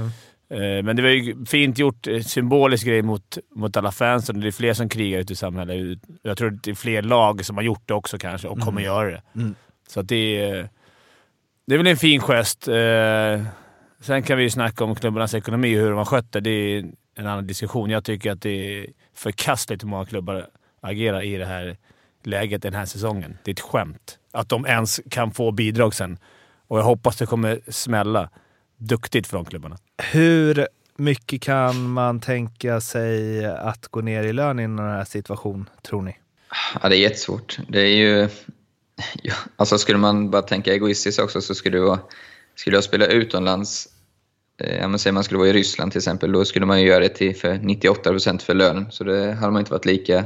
Eh, men det var ju fint gjort, symbolisk grej mot, mot alla fans. Och det är fler som krigar ute i samhället. Jag tror att det är fler lag som har gjort det också kanske och kommer mm. göra det. Mm. Så att det är, det är väl en fin gest. Eh, sen kan vi ju snacka om klubbarnas ekonomi och hur de har skött det. Det är en annan diskussion. Jag tycker att det är förkastligt hur många klubbar agerar i det här läget den här säsongen. Det är ett skämt. Att de ens kan få bidrag sen. Och jag hoppas det kommer smälla duktigt från klubbarna. Hur mycket kan man tänka sig att gå ner i lön i den här situationen, tror ni? Ja, det är jättesvårt. Det är ju... Ja, alltså skulle man bara tänka egoistiskt också så skulle det vara... Skulle jag spela utomlands... Ja, men säg man skulle vara i Ryssland till exempel, då skulle man ju göra det till för nittioåtta procent för lönen. Så det hade man inte varit lika,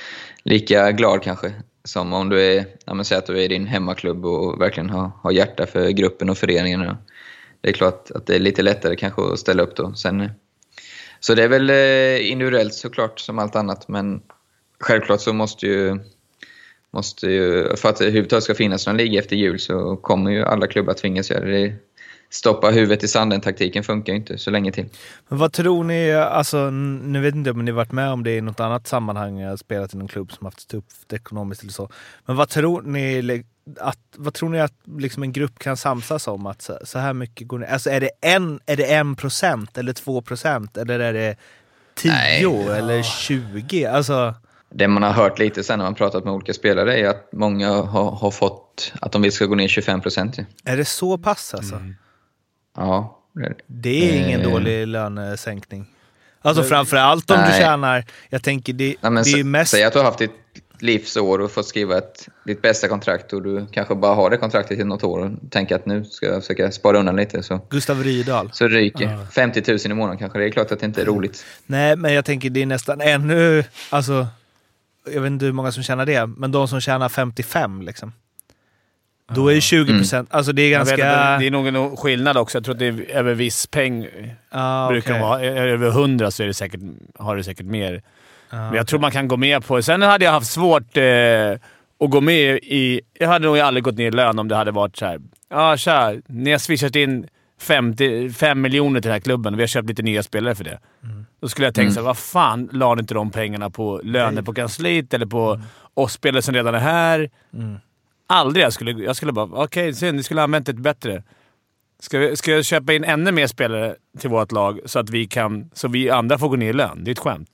lika glad kanske som om du är, ja, men säg att du är i din hemmaklubb och verkligen har, har hjärta för gruppen och föreningen. Det är klart att det är lite lättare kanske att ställa upp då. Sen, så det är väl individuellt såklart som allt annat, men självklart så måste ju, måste ju för att det överhuvudtaget ska finnas någon liga efter jul så kommer ju alla klubbar tvingas göra det. Stoppa huvudet i sanden, taktiken funkar ju inte så länge till. Men vad tror ni, alltså nu vet inte om ni varit med om det i något annat sammanhang, spelat i någon klubb som haft tufft ekonomiskt eller så. Men vad tror ni att, vad tror ni att liksom en grupp kan samsas om att så, så här mycket går ner? Alltså är det en, är det en procent eller två procent eller är det tio Nej, eller tjugo? Alltså... Det man har hört lite sen när man pratat med olika spelare är att många har, har fått att de vill ska gå ner tjugofem procent. Är det så pass alltså? Mm. Ja. Det är ingen eh. dålig lönesänkning. Alltså framförallt om Nej. du tjänar, jag tänker det, Nej, men det är mest... Säg att du har haft ditt livsår och fått skriva ett, ditt bästa kontrakt och du kanske bara har det kontraktet i något år och tänker att nu ska jag försöka spara undan lite. Så. Gustav Rydahl. Så ryker. Uh. femtio tusen i månaden kanske. Det är klart att det inte är roligt. Nej, men jag tänker det är nästan ännu, alltså jag vet inte hur många som tjänar det, men de som tjänar femtiofem liksom. Då är det tjugo procent. Mm. Alltså det är ganska... Det, det är nog en skillnad också. Jag tror att det är över viss peng. Ah, brukar okay. vara. Över hundra så är det säkert, har det säkert mer. Ah, Men jag okay. tror man kan gå med på. Sen hade jag haft svårt eh, att gå med i... Jag hade nog aldrig gått ner i lön om det hade varit så här. Ja, ah, tja. Ni har swishat in femtiofem miljoner till den här klubben och vi har köpt lite nya spelare för det. Mm. Då skulle jag tänka mm. så här, vad fan la inte de pengarna på löner på kansliet eller på mm. oss spelare som redan är här? Mm. Aldrig. Jag skulle, jag skulle bara, okej, okay, ni skulle ha använt det bättre. Ska, vi, ska jag köpa in ännu mer spelare till vårt lag så att vi kan, så vi andra får gå ner i lön? Det är ett skämt.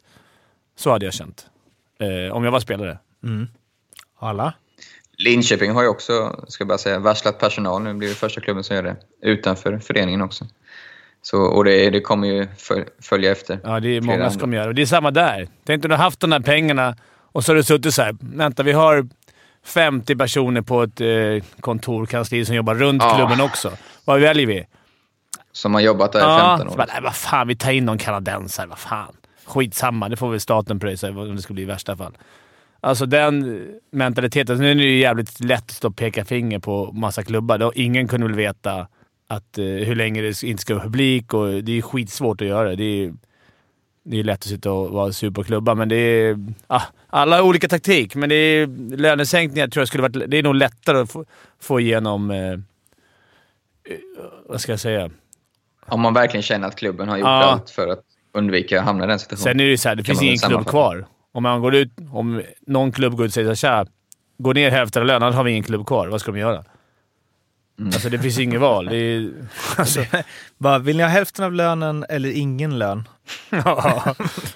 Så hade jag känt. Eh, om jag var spelare. Mm. Alla? Linköping har ju också, ska jag bara säga, varslat personal. Nu blir det första klubben som gör det. Utanför föreningen också. Så, och det, det kommer ju för, följa efter. Ja, det är många som kommer göra. Och det är samma där. Tänk om du har haft de här pengarna och så har du suttit så här. Vänta, vi har femtio personer på ett eh, kontorkansli som jobbar runt ja. klubben också. Vad väljer vi? Som har jobbat där i ja, femton år. Bara, nej, vad fan, vi tar in någon kanadensare. Vad fan. Skitsamma, det får väl staten pröjsa om det skulle bli i värsta fall. Alltså den mentaliteten. Nu är det ju jävligt lätt att stå och peka finger på massa klubbar. Då ingen kunde väl veta att, eh, hur länge det inte ska vara publik. Och det är skitsvårt att göra. Det är Det är lätt att sitta och vara superklubba, men det är... Ah, alla har olika taktik, men det är lönesänkningar tror jag skulle varit... Det är nog lättare att få, få igenom... Eh, vad ska jag säga? Om man verkligen känner att klubben har gjort ah. allt för att undvika att hamna i den situationen. Sen är det så här, det finns ingen klubb kvar. Om man går ut... Om någon klubb går ut och säger så här, går ner hälften av lönen, har vi ingen klubb kvar. Vad ska de göra? Mm. Alltså det finns inget val. Det är, alltså. Bara, vill ni ha hälften av lönen eller ingen lön? Ja.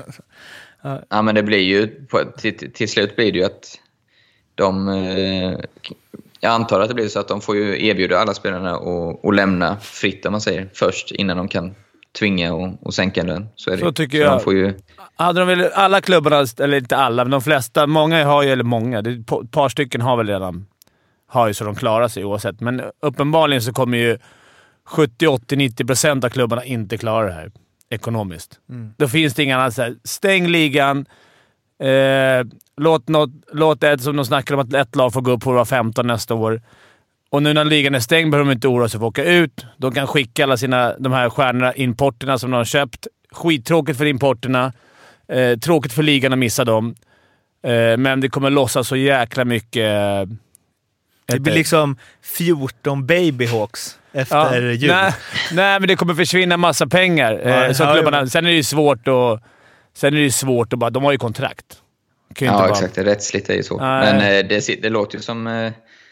Ja, men det blir ju på, till, till slut blir det ju att de eh, jag antar att det blir så att de får ju erbjuda alla spelarna och, och lämna fritt om man säger först innan de kan tvinga och, och sänka en lön. Så är det. Så tycker så jag. De får ju... Hade de väl alla klubbarna, eller inte alla, men de flesta, många har ju, eller många, det, ett par stycken har väl redan har ju så de klarar sig oavsett. Men uppenbarligen så kommer ju sjuttio, åttio, nittio procent av klubbarna inte klara det här ekonomiskt. Mm. Då finns det inga annat så här, stäng ligan, eh, låt, något, låt ett som de snackar om att ett lag får gå upp på vara femton nästa år. Och nu när ligan är stängd behöver de inte oroa sig för att åka ut. De kan skicka alla sina, de här stjärnorna, importerna som de har köpt. Skittråkigt för importerna. Eh, tråkigt för ligan att missa dem. Eh, men det kommer lossa så jäkla mycket... Eh, det blir liksom fjorton babyhawks. efter ja, jul. Nej, nej, men det kommer försvinna massa pengar. Ja, eh, så ja, klubbarna, ja. sen är det ju svårt att... Sen är det ju svårt att bara... De har ju kontrakt. Ja, bara... exakt. Rättsligt är ju så. Nej. Men eh, det, det låter ju som, eh,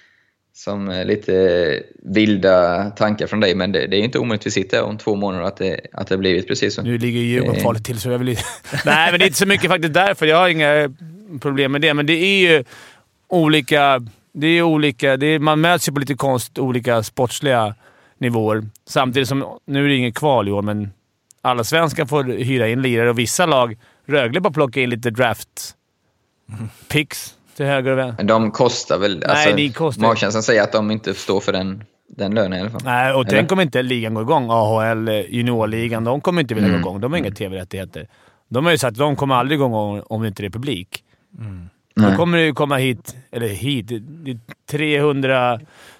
som eh, lite vilda tankar från dig. Men det, det är ju inte omöjligt att vi sitter om två månader att det, att det har blivit precis så. Nu ligger ju Djurgården eh. farligt till så jag vill... Nej, men det är inte så mycket faktiskt därför. Jag har inga problem med det. Men det är ju olika... Det är olika... Det är, man möts ju på lite konst olika sportsliga nivåer. Samtidigt som... Nu är det inget kval i år, men alla svenskar får hyra in lirare och vissa lag... Rögle bara plocka in lite draft picks till höger och vänster. Men de kostar väl... Nej, alltså, de kostar. Magkänslan säger att de inte står för den, den lönen i alla fall. Nej, och Eller? den kommer inte ligan gå igång. A H L, juniorligan, de kommer inte vilja mm. gå igång. De har inga tv-rättigheter. De har ju sagt att de kommer aldrig gå igång om det inte är publik. Mm. Då kommer det ju komma hit... Eller hit... Det är trehundra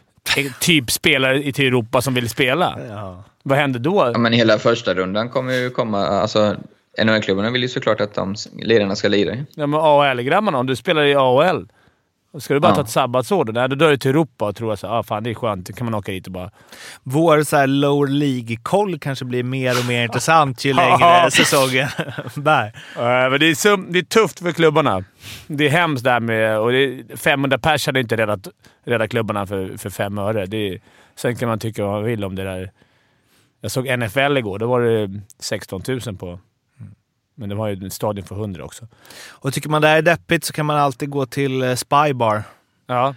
typ spelare till Europa som vill spela. Ja. Vad händer då? Ja, men hela första rundan kommer ju komma... Alltså, N H L-klubbarna vill ju såklart att de ledarna ska lira. Ja, men A H L-grabbarna, om du spelar i A H L, ska du bara ja. ta ett sabbatsår då? Nej, då dör du till Europa och tror att ah, fan, det är skönt. Då kan man åka dit och bara... Vår så här lower league-koll kanske blir mer och mer intressant ju längre säsongen bär. Uh, men det, är sum- det är tufft för klubbarna. Det är hemskt där med... Och det är femhundra pers hade inte räddat, räddat klubbarna för, för fem öre. Det är, sen kan man tycka vad man vill om det där. Jag såg N F L igår. Då var det sexton tusen på... Men det var ju en stadion för hundra också. Och tycker man det är deppigt så kan man alltid gå till Spybar. Ja.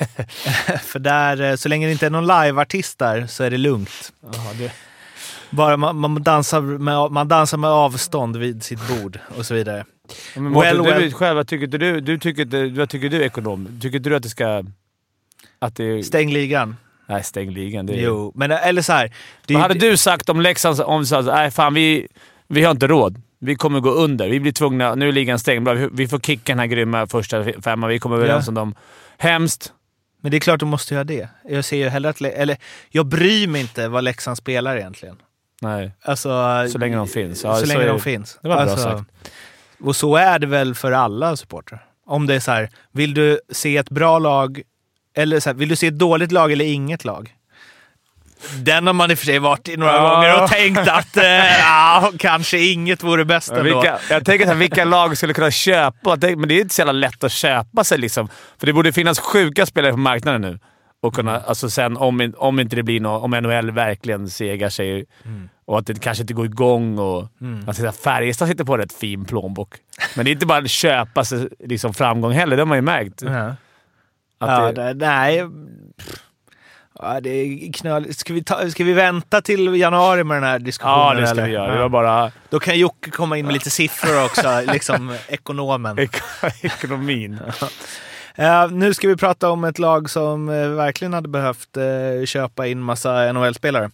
För där, så länge det inte är någon live-artist där så är det lugnt. Aha, det... Bara man, man, dansar med, man dansar med avstånd vid sitt bord och så vidare. Ja, men well, Martin, well, du själv, vad tycker du? Du tycker, vad tycker du är ekonom? Tycker du att det ska... Att det... Stäng ligan. Nej, stäng ligan. Det är... Jo, men eller så här. Det... Vad hade du sagt om Leksand om du sa nej fan vi, vi har inte råd. Vi kommer gå under. Vi blir tvungna... Nu är ligan stängd. Vi får kicka den här grymma första femma. Vi kommer överens ja. om dem. Hemskt. Men det är klart de måste göra det. Jag ser ju hellre att... Eller, jag bryr mig inte vad Leksand spelar egentligen. Nej. Alltså, så länge de finns. Ja, så, så länge de finns. Det var alltså, bra sagt. Och så är det väl för alla supportrar. Om det är så här... Vill du se ett bra lag... Eller så här, vill du se ett dåligt lag eller inget lag? Den har man i och för sig varit i några ja. gånger och tänkt att äh, ja, kanske inget vore bäst ändå. Vilka, jag tänker att vilka lag skulle kunna köpa, men det är inte så jävla lätt att köpa sig liksom. För det borde finnas sjuka spelare på marknaden nu. Och kunna, mm. alltså sen om, om inte det blir något, om N H L verkligen segar sig mm. och att det kanske inte går igång och mm. att Färjestad sitter på rätt fin plånbok. Men det är inte bara att köpa sig liksom framgång heller, det har man ju märkt. Mm. Att ja, det, det, nej... Ja, det är knöl. Ska vi, ta, ska vi vänta till januari med den här diskussionen? Ja, det ska eller? vi göra. Det var bara... Då kan Jocke komma in med lite siffror också, liksom ekonomen. Ek- ekonomin. uh, nu ska vi prata om ett lag som uh, verkligen hade behövt uh, köpa in massa N H L-spelare.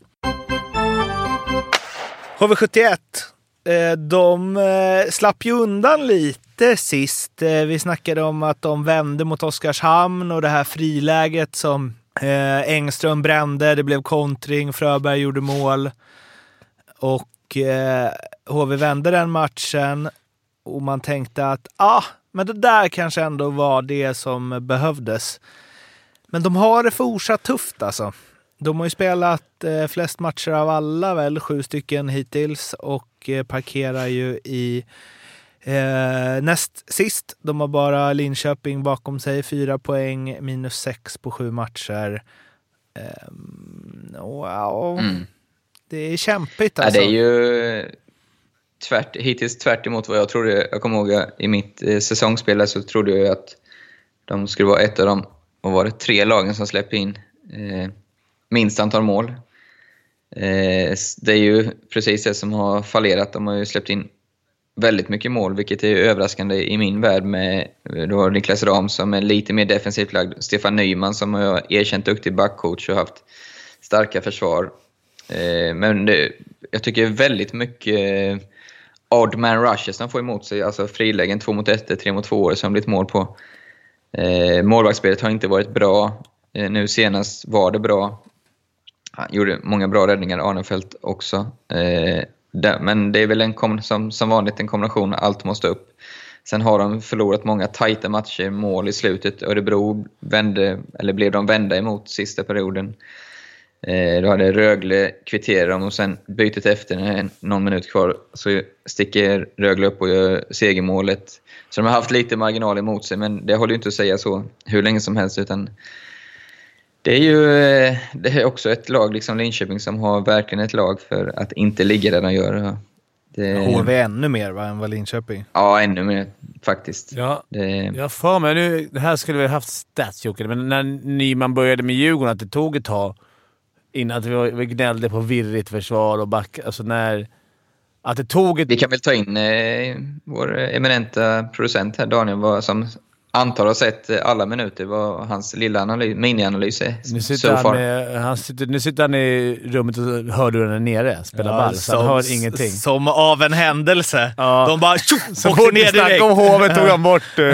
H V sjuttioett. Uh, de uh, slapp ju undan lite sist. Uh, vi snackade om att de vände mot Oskarshamn och det här friläget som Eh, Engström brände, det blev kontring, Fröberg gjorde mål och eh, H V vände den matchen och man tänkte att ah, men det där kanske ändå var det som behövdes. Men de har det fortsatt tufft alltså. De har ju spelat eh, flest matcher av alla, väl sju stycken hittills och eh, parkerar ju i Eh, näst sist, de har bara Linköping bakom sig, fyra poäng, minus sex på sju matcher. Eh, wow. Mm. Det är kämpigt alltså. Ja, det är ju tvärt, hittills tvärt emot vad jag trodde. Jag kommer ihåg i mitt eh, säsongsspel så trodde jag att de skulle vara ett av dem och var det tre lagen som släppte in eh, minst antal mål. Eh, det är ju precis det som har fallerat. De har ju släppt in väldigt mycket mål, vilket är överraskande i min värld med då Niklas Ram som är lite mer defensivt lagd, Stefan Nyman som har erkänt duktig backcoach och haft starka försvar. Eh, men det, jag tycker väldigt mycket odd man rushes som får emot sig, alltså frilägen två mot ett, tre mot två år som har blivit mål på. Eh, målvaktsspelet har inte varit bra. Eh, nu senast var det bra. Han gjorde många bra räddningar, Arnefelt också. Eh, Men det är väl en kom- som, som vanligt en kombination, allt måste upp. Sen har de förlorat många tajta matcher, mål i slutet. Örebro vände, eller blev de vända emot sista perioden. Eh, då hade Rögle kvitterat dem och sen bytet efter när någon minut kvar så sticker Rögle upp och gör segermålet. Så de har haft lite marginal emot sig, men det håller ju inte att säga så hur länge som helst, utan det är ju det är också ett lag liksom Linköping som har verkligen ett lag för att inte ligga där de gör. Det... H V ännu mer va, än vad Linköping? Ja, ännu mer faktiskt. Ja, det... jag får mig nu, det här skulle vi ha haft stats, Jocke, men när Nyman började med Djurgården att det tog ett tag innan att vi, vi gnällde på virrigt försvar och back, alltså när att det tog ett... Vi kan väl ta in eh, vår eminenta producent här, Daniel, vad som antar har sett alla minuter, vad hans lilla analys, mini-analys är. Nu sitter, han, med, han sitter, nu sitter han i rummet och hör du den nere, spelar ja, ball, så han hör ingenting. Som av en händelse. Ja. De bara tjoff, åkte ner direkt. Om H V tog han bort... Uh.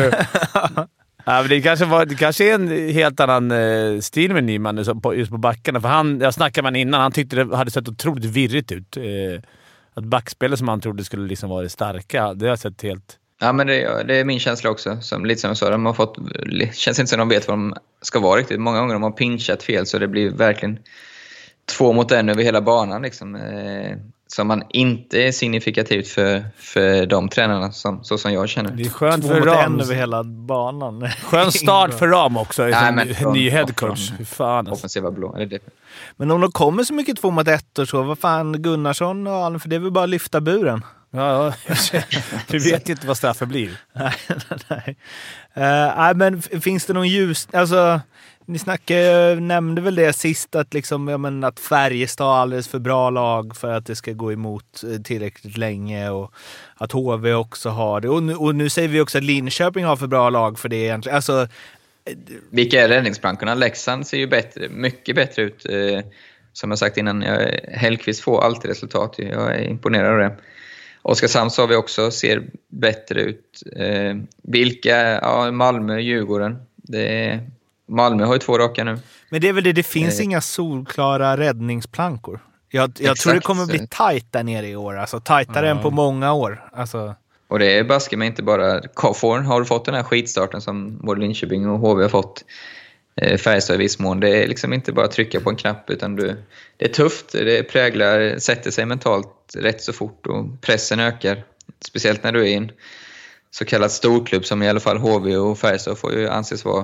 Ja, men det, kanske var, det kanske är en helt annan uh, stil med Nyman just på backarna. För han, jag snackade med honom innan, han tyckte det hade sett otroligt virrigt ut. Uh, att backspelet som han trodde skulle liksom vara det starka, det har sett helt... Ja, men det, det är min känsla också. Som, lite som jag sa, de har fått... Det känns inte som de vet vad de ska vara riktigt. Många gånger de har pinchat fel så det blir verkligen två mot en över hela banan. Liksom. Eh, som man inte är signifikativt för, för de tränarna, som, så som jag känner. Det är skönt två för mot Ram. en över hela banan. Skön start för Ram också. Nej, men från, ny headcoach. Fan, alltså. Offensiva blå. Eller det. Men om de kommer så mycket två mot ett och så, vad fan Gunnarsson och Allen, för det är väl bara att lyfta buren. Ja, ja. Vi vet ju inte vad straffet blir. nej, nej. Uh, nej, men finns det någon ljus... Alltså, ni snackade, nämnde väl det sist att, liksom, ja, men att Färjestad har alldeles för bra lag för att det ska gå emot tillräckligt länge och att H V också har det. Och nu, och nu säger vi också att Linköping har för bra lag för det egentligen. Alltså, vilka är räddningsplankorna? Leksand ser ju bättre, mycket bättre ut. Uh, som jag sagt innan, jag, Hellqvist får alltid resultat. Jag är imponerad av det. Oskarshamn sa vi också ser bättre ut. Eh, vilka? Ja, Malmö, Djurgården. Det är, Malmö har ju två raka nu. Men det är väl det, det finns eh. inga solklara räddningsplankor. Jag, jag tror det kommer bli tajt där nere i år. Alltså tajtare mm. än på många år. Alltså. Och det är baske med inte bara... Får, har du fått den här skitstarten som både Linköping och H V har fått? Eh, Färjestad i viss mån. Det är liksom inte bara att trycka på en knapp, utan du, det är tufft. Det präglar, sätter sig mentalt rätt så fort och pressen ökar. Speciellt när du är i en så kallad storklubb som i alla fall H V och Färjestad får ju anses vara.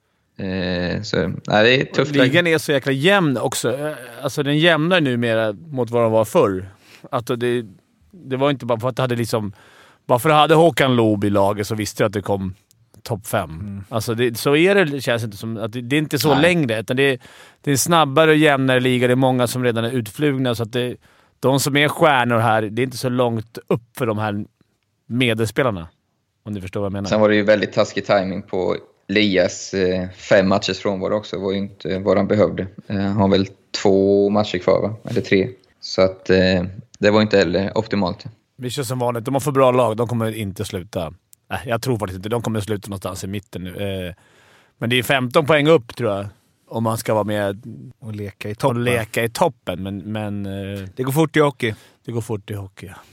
Eh, så, nej, det är tufft. Ligan är så jäkla jämn också. Alltså den jämnar numera mot vad de var förr. Att det, det var inte bara för att det hade liksom... Bara för att det hade Håkan Loob i laget så visste jag att det kom topp fem. Mm. Alltså det, så är det, känns inte som att det, det är inte så Nej. längre, utan det, det är snabbare och jämnare liga. Det är många som redan är utflugna, så att det, de som är stjärnor här, det är inte så långt upp för de här medelspelarna. Om du förstår vad jag menar. Sen var det ju väldigt taskig timing på Lias eh, fem matchers frånvaro också. Det var ju inte vad han behövde. Han eh, har väl två matcher kvar, va? Eller tre. Så att eh, det var inte heller optimalt. Vi kör som vanligt. De har för bra lag. De kommer inte sluta. Äh, jag tror faktiskt inte. De kommer sluta någonstans i mitten nu. Eh, men det är femton poäng upp, tror jag. Om man ska vara med och leka i toppen. Och leka i toppen. Men, men eh, det går fort i hockey. Det går fort i hockey, ja.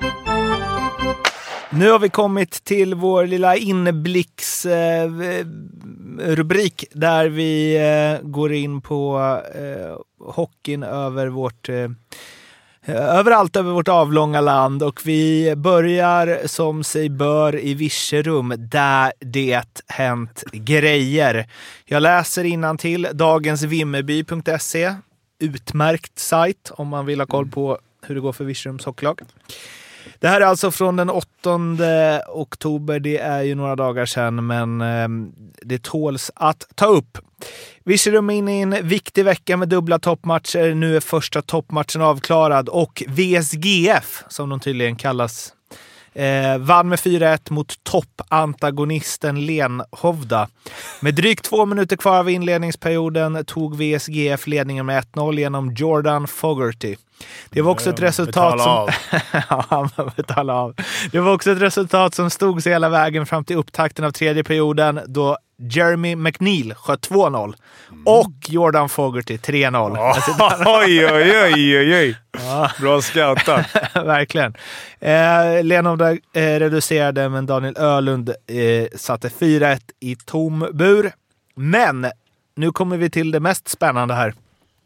Nu har vi kommit till vår lilla inblicksrubrik eh, där vi eh, går in på eh, hockeyn över vårt... Eh, överallt över vårt avlånga land, och vi börjar som sig bör i Virserum där det hänt grejer. Jag läser innantill dagens vimmerby punkt se, utmärkt sajt om man vill ha koll på hur det går för Virserums hockeylag. Det här är alltså från den åttonde oktober, det är ju några dagar sedan, men eh, det tåls att ta upp. Virserum är inne i en viktig vecka med dubbla toppmatcher. Nu är första toppmatchen avklarad och V S G F, som de tydligen kallas, eh, vann med fyra ett mot toppantagonisten Lenhovda. Med drygt två minuter kvar av inledningsperioden tog V S G F ledningen med ett noll genom Jordan Fogarty. Det var också ett resultat som ja, han betala av. Det var också ett resultat som stod sig hela vägen fram till upptakten av tredje perioden då Jeremy McNeil sköt två noll mm. och Jordan Fogarty tre noll. Oh, oj, oj, oj, oj, oj. Ja. Bra scoutat. Verkligen. Eh, Lenhovda eh, reducerade, men Daniel Ölund eh, satte fyra ett i tom bur. Men nu kommer vi till det mest spännande här.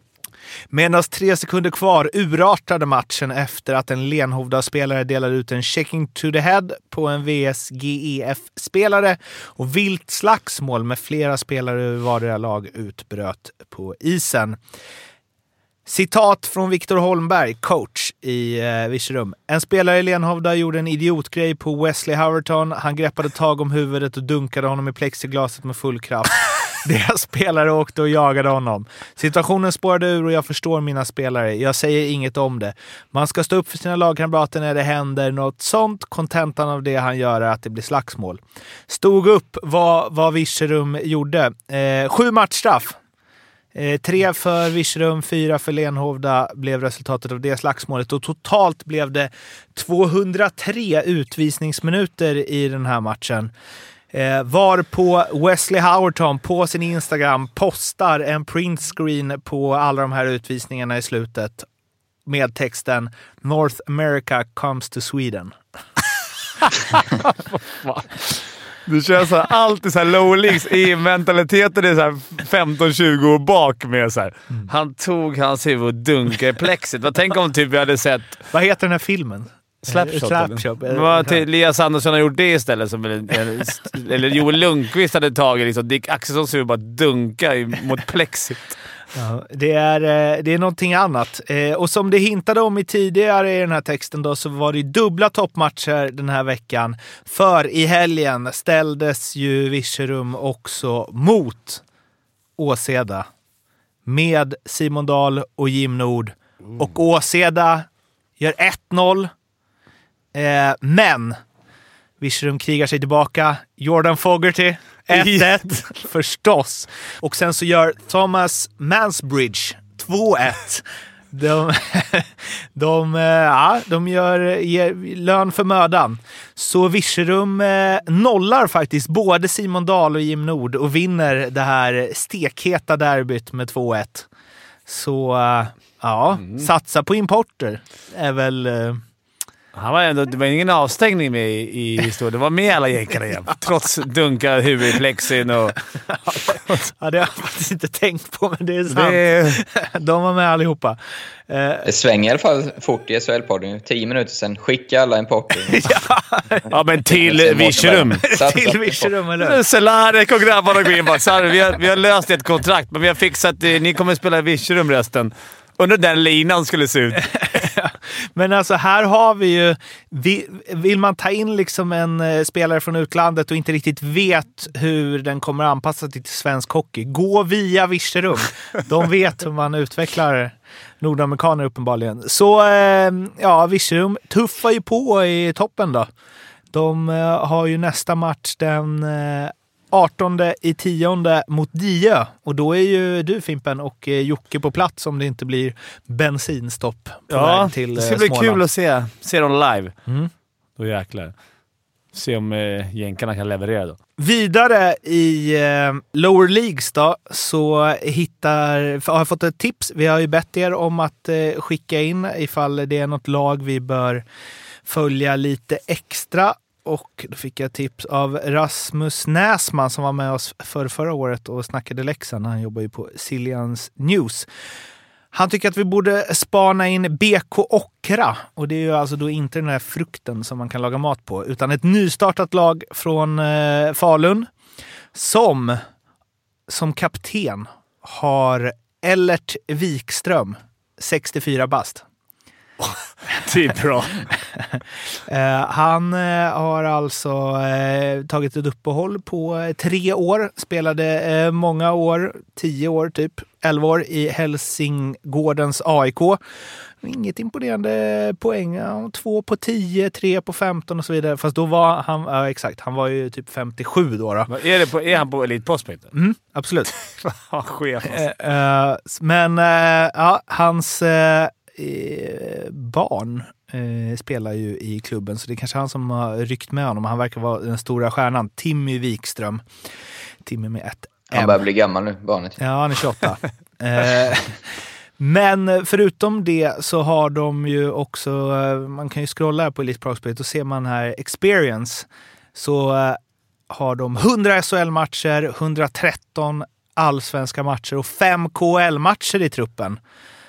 Med endast tre sekunder kvar urartade matchen efter att en Lenhovda-spelare delade ut en checking to the head på en V S G E F-spelare och vilt slagsmål med flera spelare över vardera lag utbröt på isen. Citat från Viktor Holmberg, coach i eh, Virserum. En spelare i Lenhovda gjorde en idiotgrej på Wesley Howerton. Han greppade tag om huvudet och dunkade honom i plexiglaset med full kraft. Deras spelare åkte och jagade honom. Situationen spårade ur och jag förstår mina spelare. Jag säger inget om det. Man ska stå upp för sina lagkamrater när det händer något sånt. Kontentan av det han gör är att det blir slagsmål. Stod upp vad, vad Virserum gjorde. Eh, sju matchstraff. Eh, tre för Virserum, fyra för Lenhovda blev resultatet av det slagsmålet och totalt blev det tvåhundratre utvisningsminuter i den här matchen. Eh, var på Wesley Howerton på sin Instagram postar en printscreen på alla de här utvisningarna i slutet med texten North America comes to Sweden. Du kör så här, alltid så här low leagues i mentaliteten är så här femton tjugo år bak med så här. Mm. Han tog hans huvud och dunkade i plexit. Vad tänk om typ vi hade sett... Vad heter den här filmen? Slapshot. Slapshot. Vad till Elias Andersson har gjort det istället som eller, eller Joel Lundqvist hade tagit liksom Dick Axelssons huvud bara dunka mot plexit. Ja, det är det är någonting annat. Eh, och som det hintade om i tidigare i den här texten då, så var det dubbla toppmatcher den här veckan. För i helgen ställdes ju Virserum också mot Åseda med Simon Dahl och Jim Nord. Mm. Och Åseda gör ett noll. Eh, men Virserum krigar sig tillbaka. Jordan Fogarty ett ett förstås. Och sen så gör Thomas Mansbridge två ett. De, de, ja, de gör ger lön för mödan. Så Virserum eh, nollar faktiskt både Simon Dahl och Jim Nord och vinner det här stekheta derbyt med två ett. Så eh, ja, mm. satsa på importer är väl... Eh, Han var ändå, det var ingen avstängning med i, i historien. Det var med alla jäkare igen. Trots dunka huvud i plexin och... Ja, det har jag faktiskt inte tänkt på, men det är sant. Det... De var med allihopa. Det svänger i alla fall fort i S H L-podden. Tio minuter sedan. Skicka alla importer. ja. ja, men till Virserum. till Virserum, eller? Cehlarik och grabbarna går in bara. Sorry, vi, har, vi har löst ett kontrakt, men vi har fixat att ni kommer att spela i Virserum resten. Under den linan skulle se ut. Men alltså här har vi ju, vill man ta in liksom en spelare från utlandet och inte riktigt vet hur den kommer anpassa till svensk hockey, gå via Virserum. De vet hur man utvecklar nordamerikaner uppenbarligen. Så ja, Virserum tuffar ju på i toppen då. De har ju nästa match den artonde i tionde mot Diö. Och då är ju du, Fimpen, och Jocke på plats om det inte blir bensinstopp på ja, väg till det ska Småland. bli kul att se, se dem live. Mm. Då jäklar. Se om eh, jänkarna kan leverera då. Vidare i eh, lower leagues då, så hittar, har jag fått ett tips. Vi har ju bett er om att eh, skicka in ifall det är något lag vi bör följa lite extra. Och då fick jag tips av Rasmus Näsman som var med oss för förra året och snackade Leksand. Han jobbar ju på Sillians News. Han tycker att vi borde spana in B K Åkra. Och det är ju alltså då inte den här frukten som man kan laga mat på, utan ett nystartat lag från eh, Falun som som kapten har Ellert Wikström, sextiofyra bast. Det är bra. uh, han uh, har alltså uh, tagit ett uppehåll på uh, tre år. Spelade uh, många år, tio år typ, elva år i Helsingårdens A I K. Inget imponerande poäng. Ja, två på tio, tre på femton och så vidare. Fast då var han, ja exakt, han var ju typ femtiosju då. då. Är, det på, är han på Elite Prospect? Mm, absolut. Chef. Uh, uh, men uh, ja, hans... Uh, barn eh, spelar ju i klubben, så det är kanske han som har ryckt med honom. Han verkar vara den stora stjärnan, Timmy Wikström. Timmy med ett M. Han börjar bli gammal nu, barnet. Ja, han är tjugoåtta. eh, men förutom det så har de ju också, man kan ju scrolla på Elite Prospect och ser man här Experience, så eh, har de hundra S H L-matcher, hundratretton allsvenska matcher och fem K H L-matcher i truppen.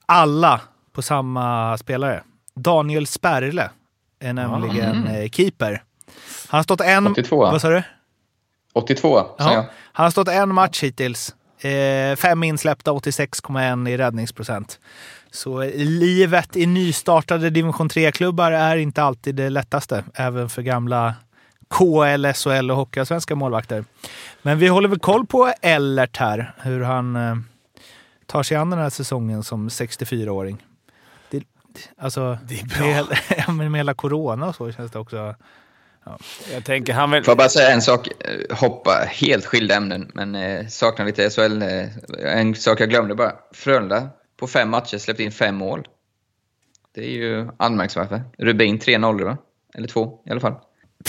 alla på samma spelare. Daniel Sperle är nämligen mm. keeper. Han har stått en... åttiotvå. Vad sa du? åttiotvå, ja. jag. Han har stått en match hittills. Eh, fem insläppta, åttiosex komma en i räddningsprocent. Så livet i nystartade division tre-klubbar är inte alltid det lättaste. Även för gamla K L, S H L och hockeyallsvenska målvakter. Men vi håller väl koll på Ellert här. Hur han eh, tar sig an den här säsongen som sextiofyra-åring. Det, alltså, det är bra. Med, med, med hela corona och så känns det också... Ja. Jag tänker han vill... Får jag bara säga en sak, hoppa helt skilda ämnen, men eh, saknar lite S H L. Eh, en sak jag glömde bara. Frölunda på fem matcher släppte in fem mål. Det är ju anmärkningsvärt, va? Rubin tre noll, va? Eller två i alla fall.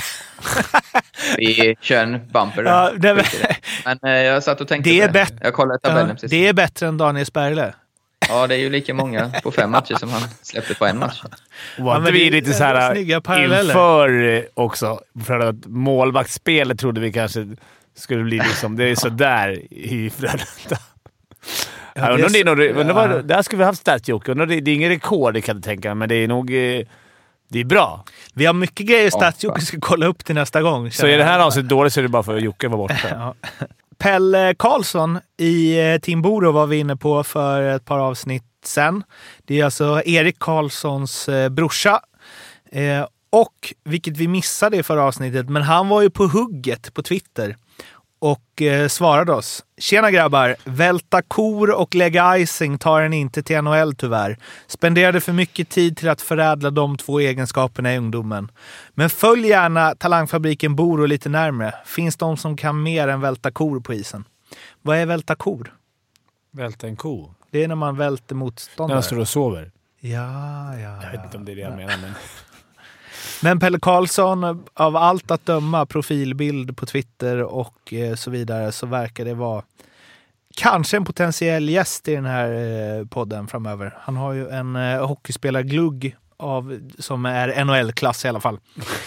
Vi kör en bumper. Ja, det är... Men eh, jag satt och tänkte det är på det. Bet- jag kollade tabellen ja, precis. Det är bättre än Daniel Sperle. Ja, det är ju lika många på fem matcher som han släppte på en match. Var inte vi lite så här inför också? För att målvaktsspelet trodde vi kanske skulle bli liksom, det är så där i Frölunda. Ja, det, är något, ja. var, där skulle vi haft statsjocke. Det, det är ingen rekord, det kan du tänka, men det är nog det är bra. Vi har mycket grejer statsjocke ska kolla upp till nästa gång. Så är det här avsnitt dåligt så är det bara för att Jocke var borta. Ja. Pelle Karlsson i Team Boro var vi inne på för ett par avsnitt sen. Det är alltså Erik Karlssons eh, brorsa. Eh, och, vilket vi missade i förra avsnittet, men han var ju på hugget på Twitter och eh, svarade oss. Tjena grabbar, välta kor och lägga icing tar en inte till N H L tyvärr. Spenderade för mycket tid till att förädla de två egenskaperna i ungdomen. Men följ gärna Talangfabriken Boro lite närmare. Finns de som kan mer än välta kor på isen? Vad är välta kor? Välta en ko? Det är när man välter motståndare. När man står och sover? Ja, ja. Jag vet inte om det är det jag menar, men... Men Pelle Karlsson, av allt att döma, profilbild på Twitter och eh, så vidare, så verkar det vara kanske en potentiell gäst i den här eh, podden framöver. Han har ju en eh, hockeyspelarglugg av, som är N H L-klass i alla fall.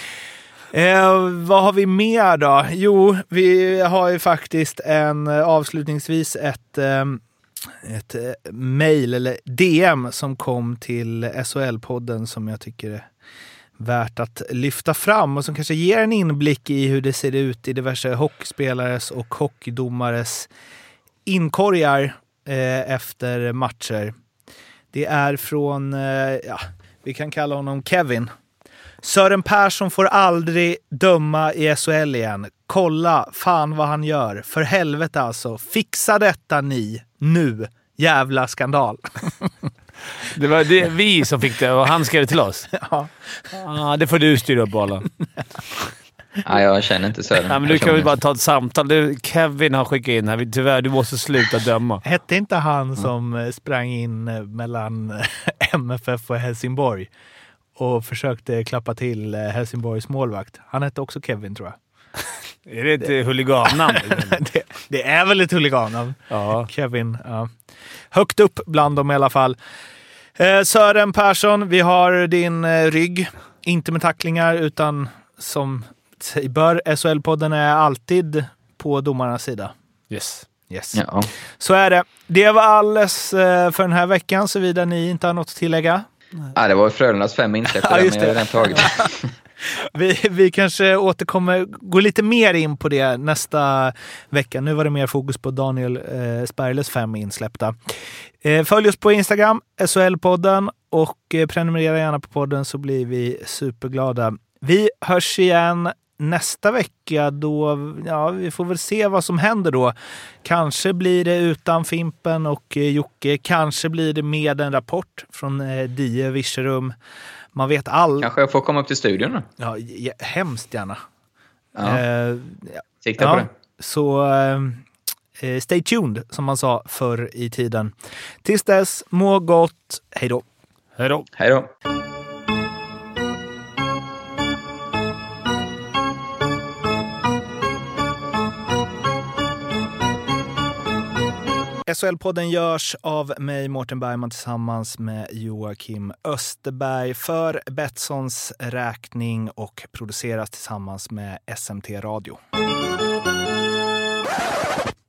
Eh, vad har vi mer då? Jo, vi har ju faktiskt en eh, avslutningsvis ett... Eh, ett eh, mail eller D M som kom till S H L-podden som jag tycker är värt att lyfta fram och som kanske ger en inblick i hur det ser ut i diverse hockeyspelares och hockeydomares inkorgar eh, efter matcher. Det är från, eh, ja, vi kan kalla honom Kevin. Sören Persson får aldrig döma i S H L igen. Kolla fan vad han gör. För helvete alltså. Fixa detta ni. Nu. Jävla skandal. Det var det, vi som fick det och han skrev det till oss. Ja. Ah, det får du styra upp, alla. Ja, jag känner inte Sören. Ja, men du kan väl bara ta ett samtal. Du, Kevin har skickat in här. Tyvärr, du måste sluta döma. Hette inte han som sprang in mellan M F F och Helsingborg och försökte klappa till Helsingborgs målvakt? Han hette också Kevin, tror jag. Är det ett huligannamn? det, det är väl ett huligannamn. Ja. Kevin, ja. Högt upp bland dem i alla fall. Eh, Sören Persson, vi har din eh, rygg. Inte med tacklingar, utan som bör, S H L-podden är alltid på domarnas sida. Yes. Yes. Ja. Så är det. Det var alles eh, för den här veckan, såvida ni inte har något att tillägga. Ja, det var Frölundas fem insläpp, ja, men jag har redan tagit det. Vi, vi kanske återkommer, gå lite mer in på det nästa vecka. Nu var det mer fokus på Daniel eh, Sperles fem insläppta. Eh, följ oss på Instagram, S H L-podden, och eh, prenumerera gärna på podden så blir vi superglada. Vi hörs igen nästa vecka då, ja, vi får väl se vad som händer då. Kanske blir det utan Fimpen och eh, Jocke, kanske blir det med en rapport från eh, Die Virserum. Man vet all... Kanske jag får komma upp till studion då? Ja, ja, hemskt gärna. Ja. Eh, Sikta ja, på det. Så eh, stay tuned, som man sa förr i tiden. Tills dess, må gott. Hej då. Hej då. Hej då. S H L-podden görs av mig, Mårten Bergman, tillsammans med Joakim Österberg för Betssons räkning och produceras tillsammans med S M T Radio.